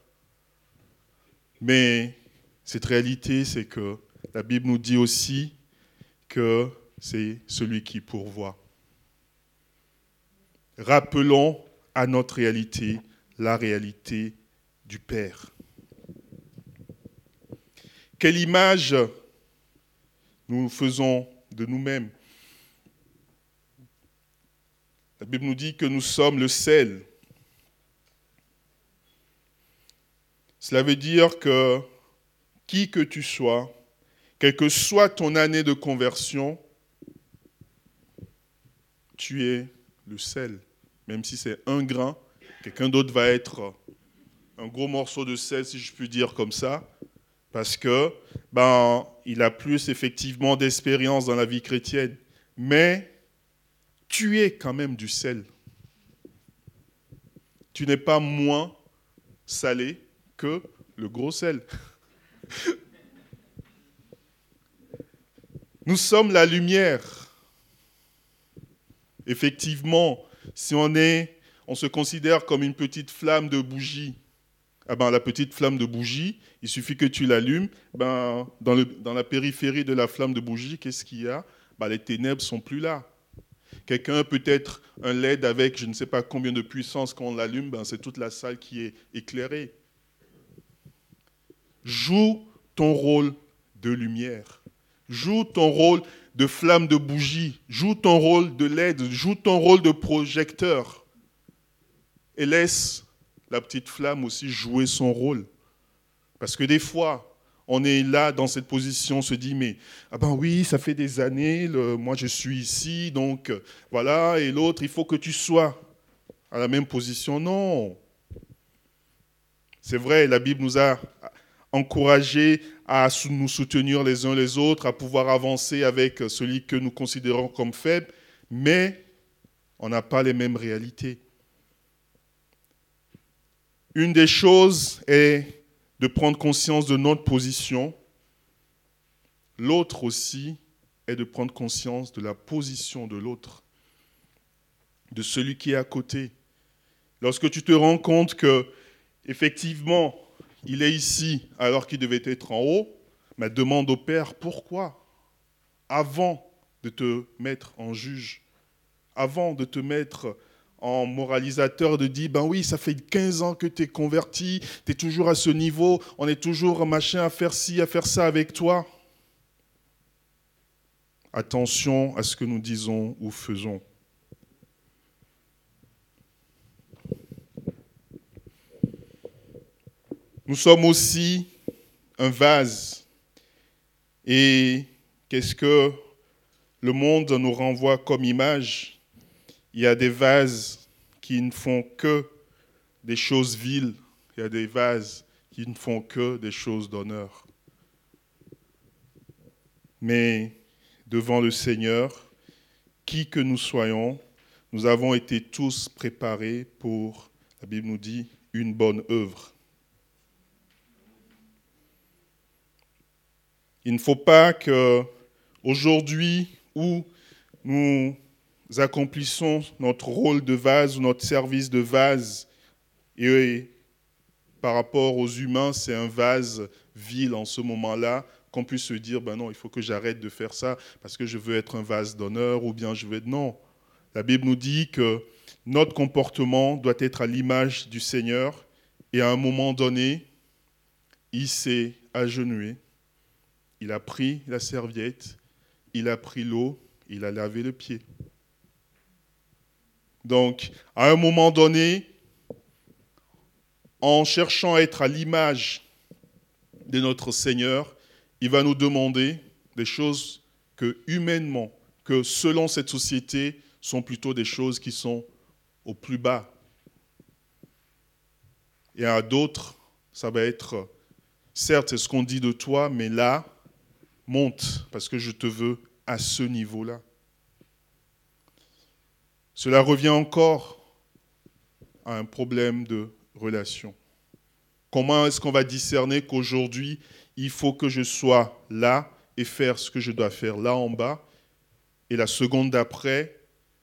Mais cette réalité, c'est que la Bible nous dit aussi que c'est celui qui pourvoit. Rappelons à notre réalité la réalité du Père. Quelle image nous faisons de nous-mêmes? La Bible nous dit que nous sommes le sel. Cela veut dire que qui que tu sois, quelle que soit ton année de conversion, tu es le sel. Même si c'est un grain, quelqu'un d'autre va être un gros morceau de sel, si je puis dire comme ça, parce que ben, il a plus effectivement d'expérience dans la vie chrétienne. Mais tu es quand même du sel. Tu n'es pas moins salé que le gros sel. Nous sommes la lumière. Effectivement, si on est, on se considère comme une petite flamme de bougie, ah ben, la petite flamme de bougie, il suffit que tu l'allumes, ben, dans, le, dans la périphérie de la flamme de bougie, qu'est-ce qu'il y a? Ben, les ténèbres ne sont plus là. Quelqu'un peut être un L E D avec je ne sais pas combien de puissance quand on l'allume, ben, c'est toute la salle qui est éclairée. Joue ton rôle de lumière. Joue ton rôle de flamme de bougie. Joue ton rôle de L E D. Joue ton rôle de projecteur. Et laisse la petite flamme aussi jouer son rôle. Parce que des fois, on est là dans cette position, on se dit, mais ah ben oui, ça fait des années, le, moi je suis ici, donc voilà, et l'autre, il faut que tu sois à la même position. Non. C'est vrai, la Bible nous a encouragés à nous soutenir les uns les autres, à pouvoir avancer avec celui que nous considérons comme faible, mais on n'a pas les mêmes réalités. Une des choses est de prendre conscience de notre position. L'autre aussi est de prendre conscience de la position de l'autre, de celui qui est à côté. Lorsque tu te rends compte que, effectivement, il est ici alors qu'il devait être en haut, mais demande au Père pourquoi, avant de te mettre en juge, avant de te mettre en moralisateur, de dire, ben oui, ça fait quinze ans que tu es converti, tu es toujours à ce niveau, on est toujours machin à faire ci, à faire ça avec toi. Attention à ce que nous disons ou faisons. Nous sommes aussi un vase. Et qu'est-ce que le monde nous renvoie comme image ? Il y a des vases qui ne font que des choses viles. Il y a des vases qui ne font que des choses d'honneur. Mais devant le Seigneur, qui que nous soyons, nous avons été tous préparés pour, la Bible nous dit, une bonne œuvre. Il ne faut pas qu'aujourd'hui, où nous accomplissons notre rôle de vase ou notre service de vase, et par rapport aux humains, c'est un vase vil en ce moment-là, qu'on puisse se dire, ben non, il faut que j'arrête de faire ça parce que je veux être un vase d'honneur, ou bien je veux être... Non. La Bible nous dit que notre comportement doit être à l'image du Seigneur, et à un moment donné, il s'est agenouillé, il a pris la serviette, il a pris l'eau, il a lavé le pied. Donc, à un moment donné, en cherchant à être à l'image de notre Seigneur, il va nous demander des choses que humainement, que selon cette société, sont plutôt des choses qui sont au plus bas. Et à d'autres, ça va être, certes, c'est ce qu'on dit de toi, mais là, monte, parce que je te veux à ce niveau-là. Cela revient encore à un problème de relation. Comment est-ce qu'on va discerner qu'aujourd'hui, il faut que je sois là et faire ce que je dois faire là en bas, et la seconde d'après,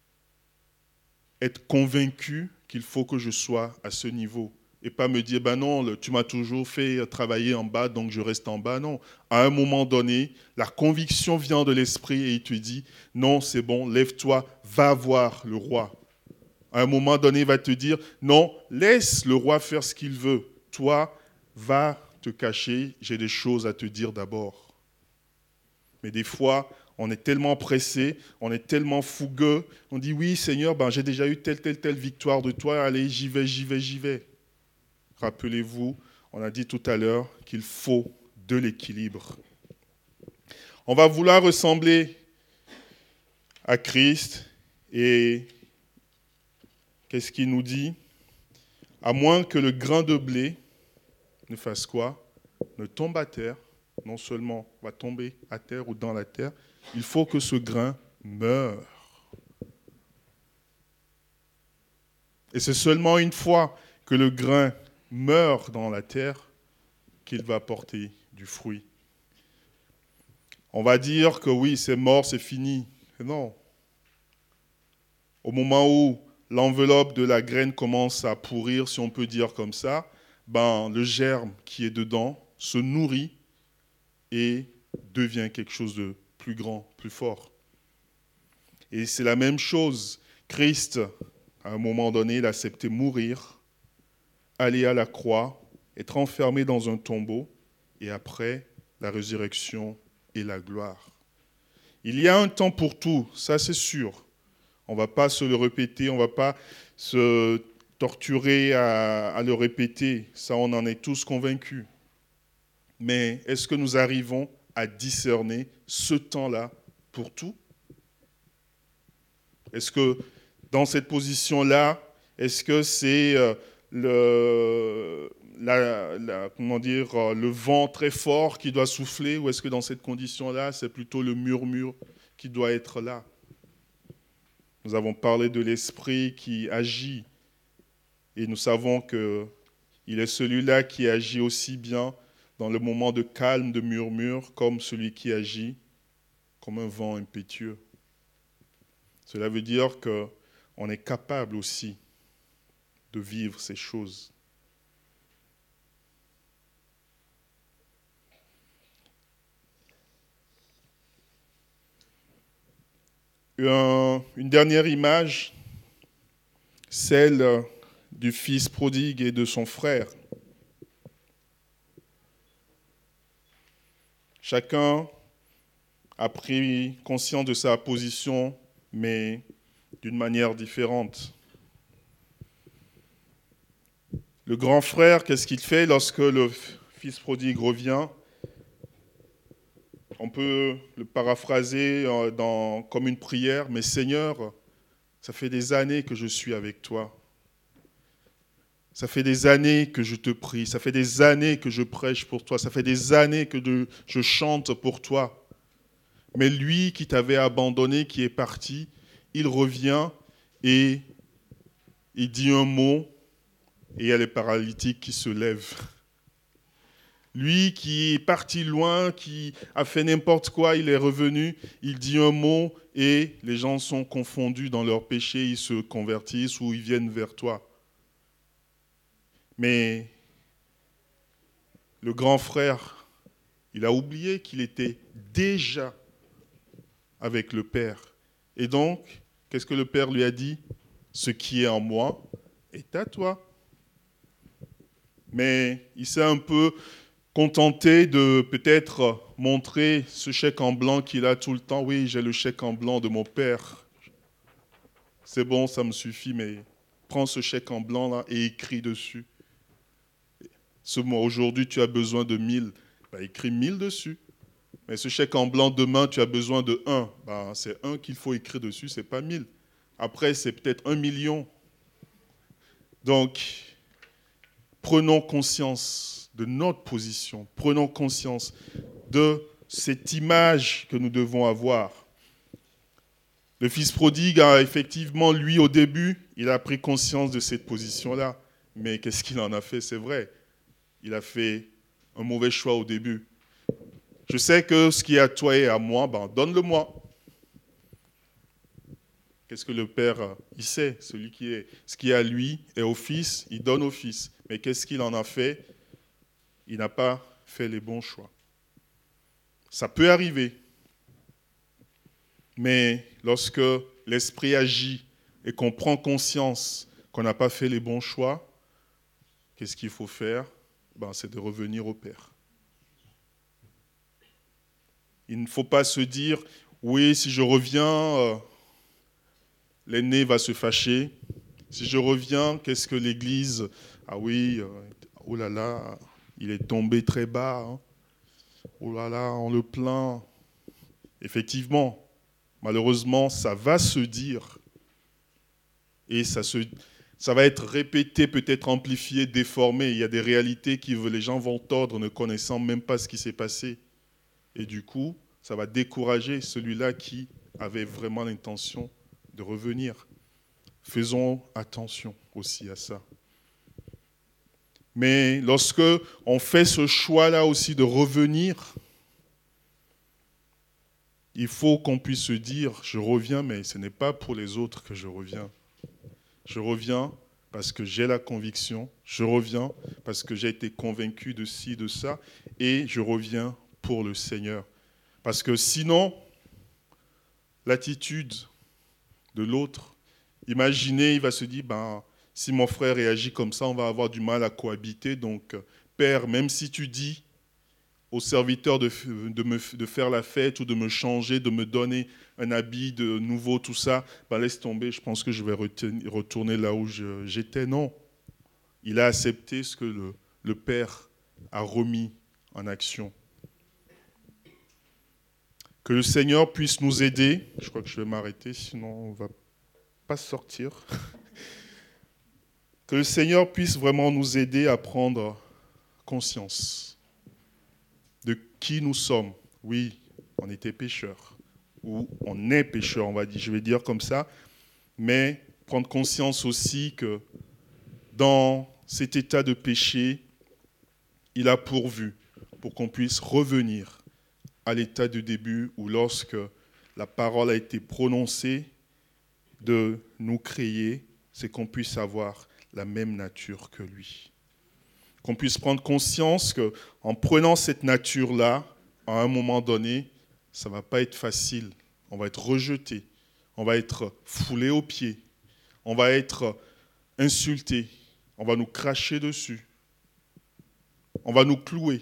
être convaincu qu'il faut que je sois à ce niveau. Et pas me dire, ben non, tu m'as toujours fait travailler en bas, donc je reste en bas. Non. À un moment donné, la conviction vient de l'esprit et il te dit, non, c'est bon, lève-toi, va voir le roi. À un moment donné, il va te dire, non, laisse le roi faire ce qu'il veut. Toi, va te cacher, j'ai des choses à te dire d'abord. Mais des fois, on est tellement pressé, on est tellement fougueux, on dit, oui, Seigneur, ben, j'ai déjà eu telle, telle, telle victoire de toi, allez, j'y vais, j'y vais, j'y vais. Rappelez-vous, on a dit tout à l'heure qu'il faut de l'équilibre. On va vouloir ressembler à Christ et qu'est-ce qu'il nous dit ? À moins que le grain de blé ne fasse quoi ? Ne tombe à terre, non seulement va tomber à terre ou dans la terre, il faut que ce grain meure. Et c'est seulement une fois que le grain meurt dans la terre qu'il va porter du fruit. On va dire que oui, c'est mort, c'est fini. Mais non. Au moment où l'enveloppe de la graine commence à pourrir, si on peut dire comme ça, ben, le germe qui est dedans se nourrit et devient quelque chose de plus grand, plus fort. Et c'est la même chose. Christ, à un moment donné, il a accepté mourir, aller à la croix, être enfermé dans un tombeau, et après, la résurrection et la gloire. Il y a un temps pour tout, ça c'est sûr. On ne va pas se le répéter, on ne va pas se torturer à, à le répéter. Ça, on en est tous convaincus. Mais est-ce que nous arrivons à discerner ce temps-là pour tout? Est-ce que dans cette position-là, est-ce que c'est euh, le, la, la, comment dire, euh, le vent très fort qui doit souffler, ou est-ce que dans cette condition-là, c'est plutôt le murmure qui doit être là? Nous avons parlé de l'esprit qui agit, et nous savons qu'il est celui-là qui agit aussi bien dans le moment de calme, de murmure, comme celui qui agit comme un vent impétueux. Cela veut dire qu'on est capable aussi de vivre ces choses. Un, une dernière image, celle du fils prodigue et de son frère. Chacun a pris conscience de sa position, mais d'une manière différente. Le grand frère, qu'est-ce qu'il fait lorsque le fils prodigue revient? On peut le paraphraser dans, comme une prière, mais Seigneur, ça fait des années que je suis avec toi. Ça fait des années que je te prie, ça fait des années que je prêche pour toi, ça fait des années que de, je chante pour toi. Mais lui qui t'avait abandonné, qui est parti, il revient et il dit un mot et il y a les paralytiques qui se lèvent. Lui qui est parti loin, qui a fait n'importe quoi, il est revenu, il dit un mot et les gens sont confondus dans leurs péchés, ils se convertissent ou ils viennent vers toi. Mais le grand frère, il a oublié qu'il était déjà avec le Père. Et donc, qu'est-ce que le Père lui a dit? Ce qui est en moi est à toi. Mais il s'est un peu contenté de peut-être montrer ce chèque en blanc qu'il a tout le temps. Oui, j'ai le chèque en blanc de mon Père. C'est bon, ça me suffit, mais prends ce chèque en blanc là et écris dessus. Ce mois, aujourd'hui, tu as besoin de mille. Ben, écris mille dessus. Mais ce chèque en blanc, demain, tu as besoin de un. Ben, c'est un qu'il faut écrire dessus, c'est pas mille. Après, c'est peut-être un million. Donc, prenons conscience de notre position. Prenons conscience de cette image que nous devons avoir. Le fils prodigue a effectivement, lui, au début, il a pris conscience de cette position-là. Mais qu'est-ce qu'il en a fait? C'est vrai. Il a fait un mauvais choix au début. Je sais que ce qui est à toi et à moi, ben, donne-le-moi. Qu'est-ce que le Père, il sait, celui qui est, ce qui est à lui et au Fils, il donne au Fils. Mais qu'est-ce qu'il en a fait? Il n'a pas fait les bons choix. Ça peut arriver. Mais lorsque l'Esprit agit et qu'on prend conscience qu'on n'a pas fait les bons choix, qu'est-ce qu'il faut faire? Ben, c'est de revenir au Père. Il ne faut pas se dire, oui, si je reviens, euh, l'aîné va se fâcher. Si je reviens, qu'est-ce que l'Église? Ah oui, euh, oh là là, il est tombé très bas. Hein. Oh là là, on le plaint. Effectivement, malheureusement, ça va se dire. Et ça, se, ça va être répété, peut-être amplifié, déformé. Il y a des réalités que les gens vont tordre ne connaissant même pas ce qui s'est passé. Et du coup, ça va décourager celui-là qui avait vraiment l'intention de revenir. Faisons attention aussi à ça. Mais lorsque on fait ce choix-là aussi de revenir, il faut qu'on puisse se dire, je reviens, mais ce n'est pas pour les autres que je reviens. Je reviens parce que j'ai la conviction, je reviens parce que j'ai été convaincu de ci, de ça, et je reviens pour le Seigneur. Parce que sinon, l'attitude de l'autre, imaginez, il va se dire, ben, si mon frère réagit comme ça, on va avoir du mal à cohabiter. Donc, Père, même si tu dis aux serviteurs de, de, me, de faire la fête ou de me changer, de me donner un habit de nouveau, tout ça, ben laisse tomber, je pense que je vais retourner là où je, j'étais. Non. Il a accepté ce que le, le Père a remis en action. Que le Seigneur puisse nous aider. Je crois que je vais m'arrêter, sinon on ne va pas sortir. Que le Seigneur puisse vraiment nous aider à prendre conscience de qui nous sommes. Oui, on était pécheurs, ou on est pécheurs, on va dire, je vais dire comme ça, mais prendre conscience aussi que dans cet état de péché, il a pourvu pour qu'on puisse revenir à l'état du début où lorsque la parole a été prononcée de nous créer, c'est qu'on puisse avoir la même nature que lui. Qu'on puisse prendre conscience qu'en prenant cette nature-là, à un moment donné, ça ne va pas être facile. On va être rejeté, on va être foulé aux pieds, on va être insulté, on va nous cracher dessus, on va nous clouer,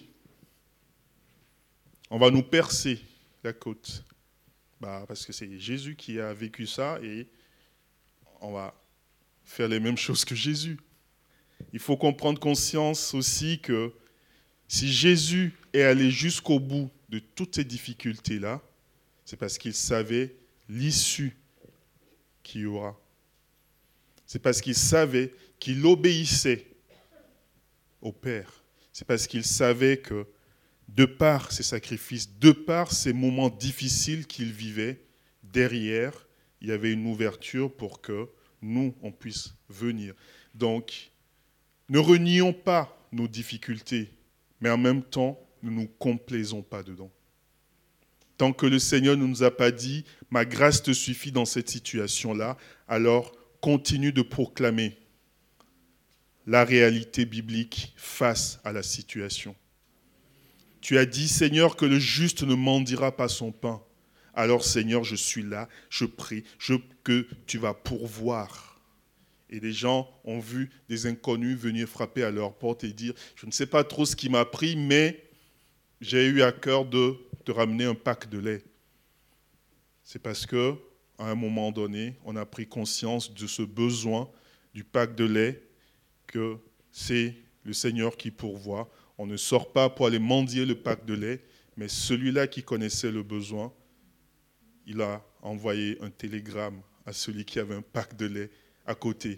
on va nous percer la côte. Bah, parce que c'est Jésus qui a vécu ça et on va faire les mêmes choses que Jésus. Il faut qu'on prenne conscience aussi que si Jésus est allé jusqu'au bout de toutes ces difficultés-là, c'est parce qu'il savait l'issue qu'il y aura. C'est parce qu'il savait qu'il obéissait au Père. C'est parce qu'il savait que de par ses sacrifices, de par ces moments difficiles qu'il vivait, derrière, il y avait une ouverture pour que nous, on puisse venir. Donc, ne renions pas nos difficultés, mais en même temps, ne nous complaisons pas dedans. Tant que le Seigneur ne nous a pas dit « Ma grâce te suffit dans cette situation-là », alors continue de proclamer la réalité biblique face à la situation. Tu as dit, Seigneur, que le juste ne mendira pas son pain. Alors, Seigneur, je suis là, je prie, je, que tu vas pourvoir. Et les gens ont vu des inconnus venir frapper à leur porte et dire, je ne sais pas trop ce qui m'a pris, mais j'ai eu à cœur de te ramener un pack de lait. C'est parce qu'à un moment donné, on a pris conscience de ce besoin du pack de lait, que c'est le Seigneur qui pourvoit. On ne sort pas pour aller mendier le pack de lait, mais celui-là qui connaissait le besoin, il a envoyé un télégramme à celui qui avait un pack de lait à côté.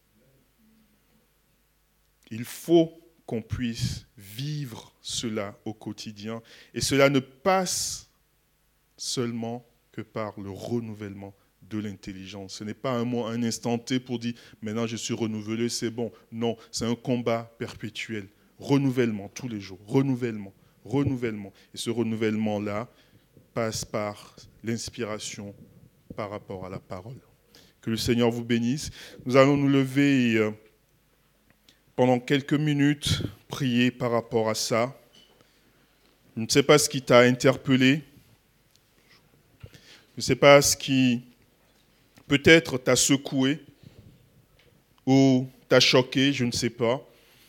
Il faut qu'on puisse vivre cela au quotidien. Et cela ne passe seulement que par le renouvellement de l'intelligence. Ce n'est pas un, mot, un instant T pour dire « maintenant je suis renouvelé, c'est bon ». Non, c'est un combat perpétuel. Renouvellement tous les jours, renouvellement, renouvellement. Et ce renouvellement-là passe par l'inspiration par rapport à la parole. Que le Seigneur vous bénisse. Nous allons nous lever et euh, pendant quelques minutes prier par rapport à ça. Je ne sais pas ce qui t'a interpellé. Je ne sais pas ce qui peut-être t'a secoué ou t'a choqué, je ne sais pas.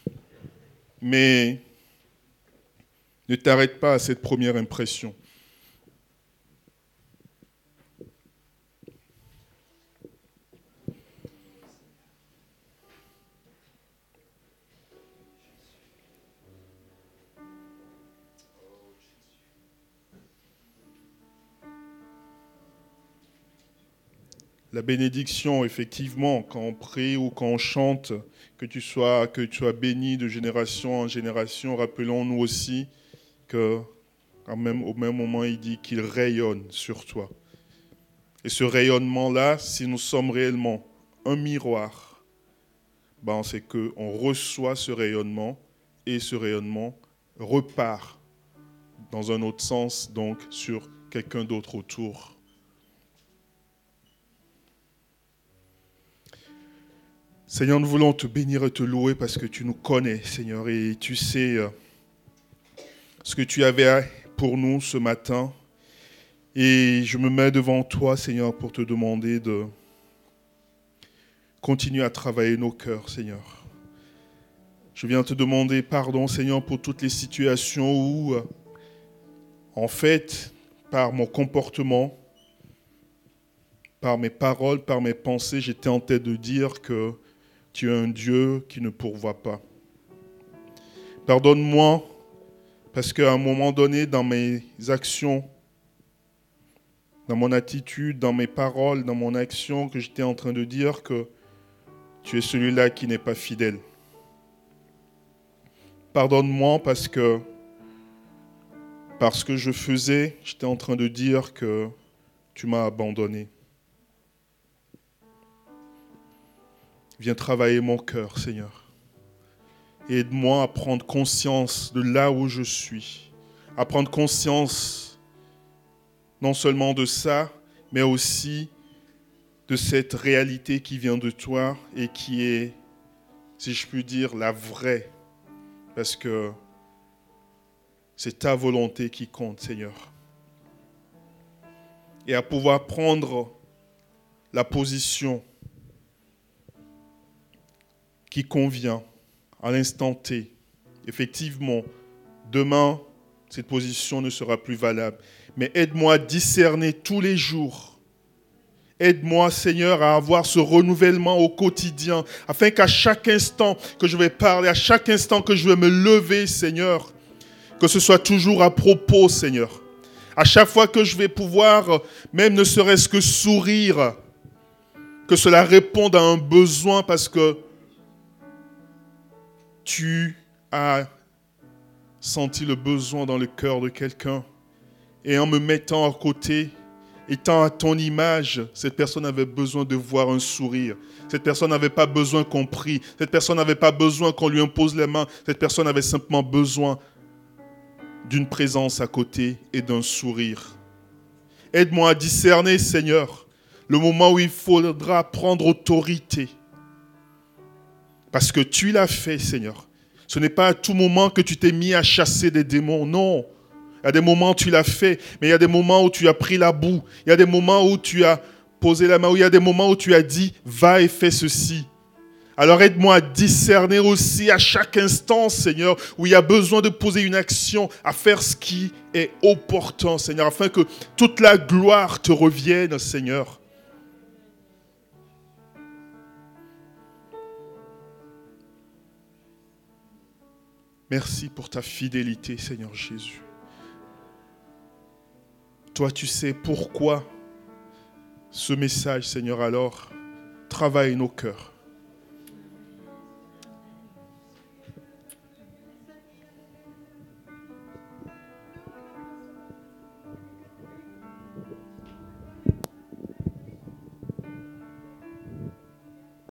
Mais ne t'arrête pas à cette première impression. La bénédiction, effectivement, quand on prie ou quand on chante, que tu sois, que tu sois béni de génération en génération, rappelons-nous aussi que, quand même, au même moment, il dit qu'il rayonne sur toi. Et ce rayonnement-là, si nous sommes réellement un miroir, ben c'est qu'on reçoit ce rayonnement et ce rayonnement repart dans un autre sens, donc sur quelqu'un d'autre autour. Seigneur, nous voulons te bénir et te louer parce que tu nous connais, Seigneur, et tu sais ce que tu avais pour nous ce matin. Et je me mets devant toi, Seigneur, pour te demander de continuer à travailler nos cœurs, Seigneur. Je viens te demander pardon, Seigneur, pour toutes les situations où En fait, par mon comportement, par mes paroles, par mes pensées, j'étais en tête de dire que tu es un Dieu qui ne pourvoit pas. Pardonne-moi, parce qu'à un moment donné, dans mes actions, dans mon attitude, dans mes paroles, dans mon action, que j'étais en train de dire que tu es celui-là qui n'est pas fidèle. Pardonne-moi parce que, parce que je faisais, j'étais en train de dire que tu m'as abandonné. Viens travailler mon cœur, Seigneur. Et aide-moi à prendre conscience de là où je suis. À prendre conscience non seulement de ça, mais aussi de cette réalité qui vient de toi et qui est, si je puis dire, la vraie. Parce que c'est ta volonté qui compte, Seigneur. Et à pouvoir prendre la position qui convient à l'instant T. Effectivement, demain, cette position ne sera plus valable. Mais aide-moi à discerner tous les jours. Aide-moi, Seigneur, à avoir ce renouvellement au quotidien, afin qu'à chaque instant que je vais parler, à chaque instant que je vais me lever, Seigneur, que ce soit toujours à propos, Seigneur. À chaque fois que je vais pouvoir, même ne serait-ce que sourire, que cela réponde à un besoin, parce que tu as senti le besoin dans le cœur de quelqu'un. Et en me mettant à côté, étant à ton image, cette personne avait besoin de voir un sourire. Cette personne n'avait pas besoin qu'on prie. Cette personne n'avait pas besoin qu'on lui impose les mains. Cette personne avait simplement besoin d'une présence à côté et d'un sourire. Aide-moi à discerner, Seigneur, le moment où il faudra prendre autorité. Parce que tu l'as fait, Seigneur. Ce n'est pas à tout moment que tu t'es mis à chasser des démons, non. Il y a des moments où tu l'as fait, mais il y a des moments où tu as pris la boue. Il y a des moments où tu as posé la main, où il y a des moments où tu as dit « va et fais ceci ». Alors aide-moi à discerner aussi à chaque instant, Seigneur, où il y a besoin de poser une action, à faire ce qui est opportun, Seigneur, afin que toute la gloire te revienne, Seigneur. Merci pour ta fidélité, Seigneur Jésus. Toi, tu sais pourquoi ce message, Seigneur, alors, travaille nos cœurs.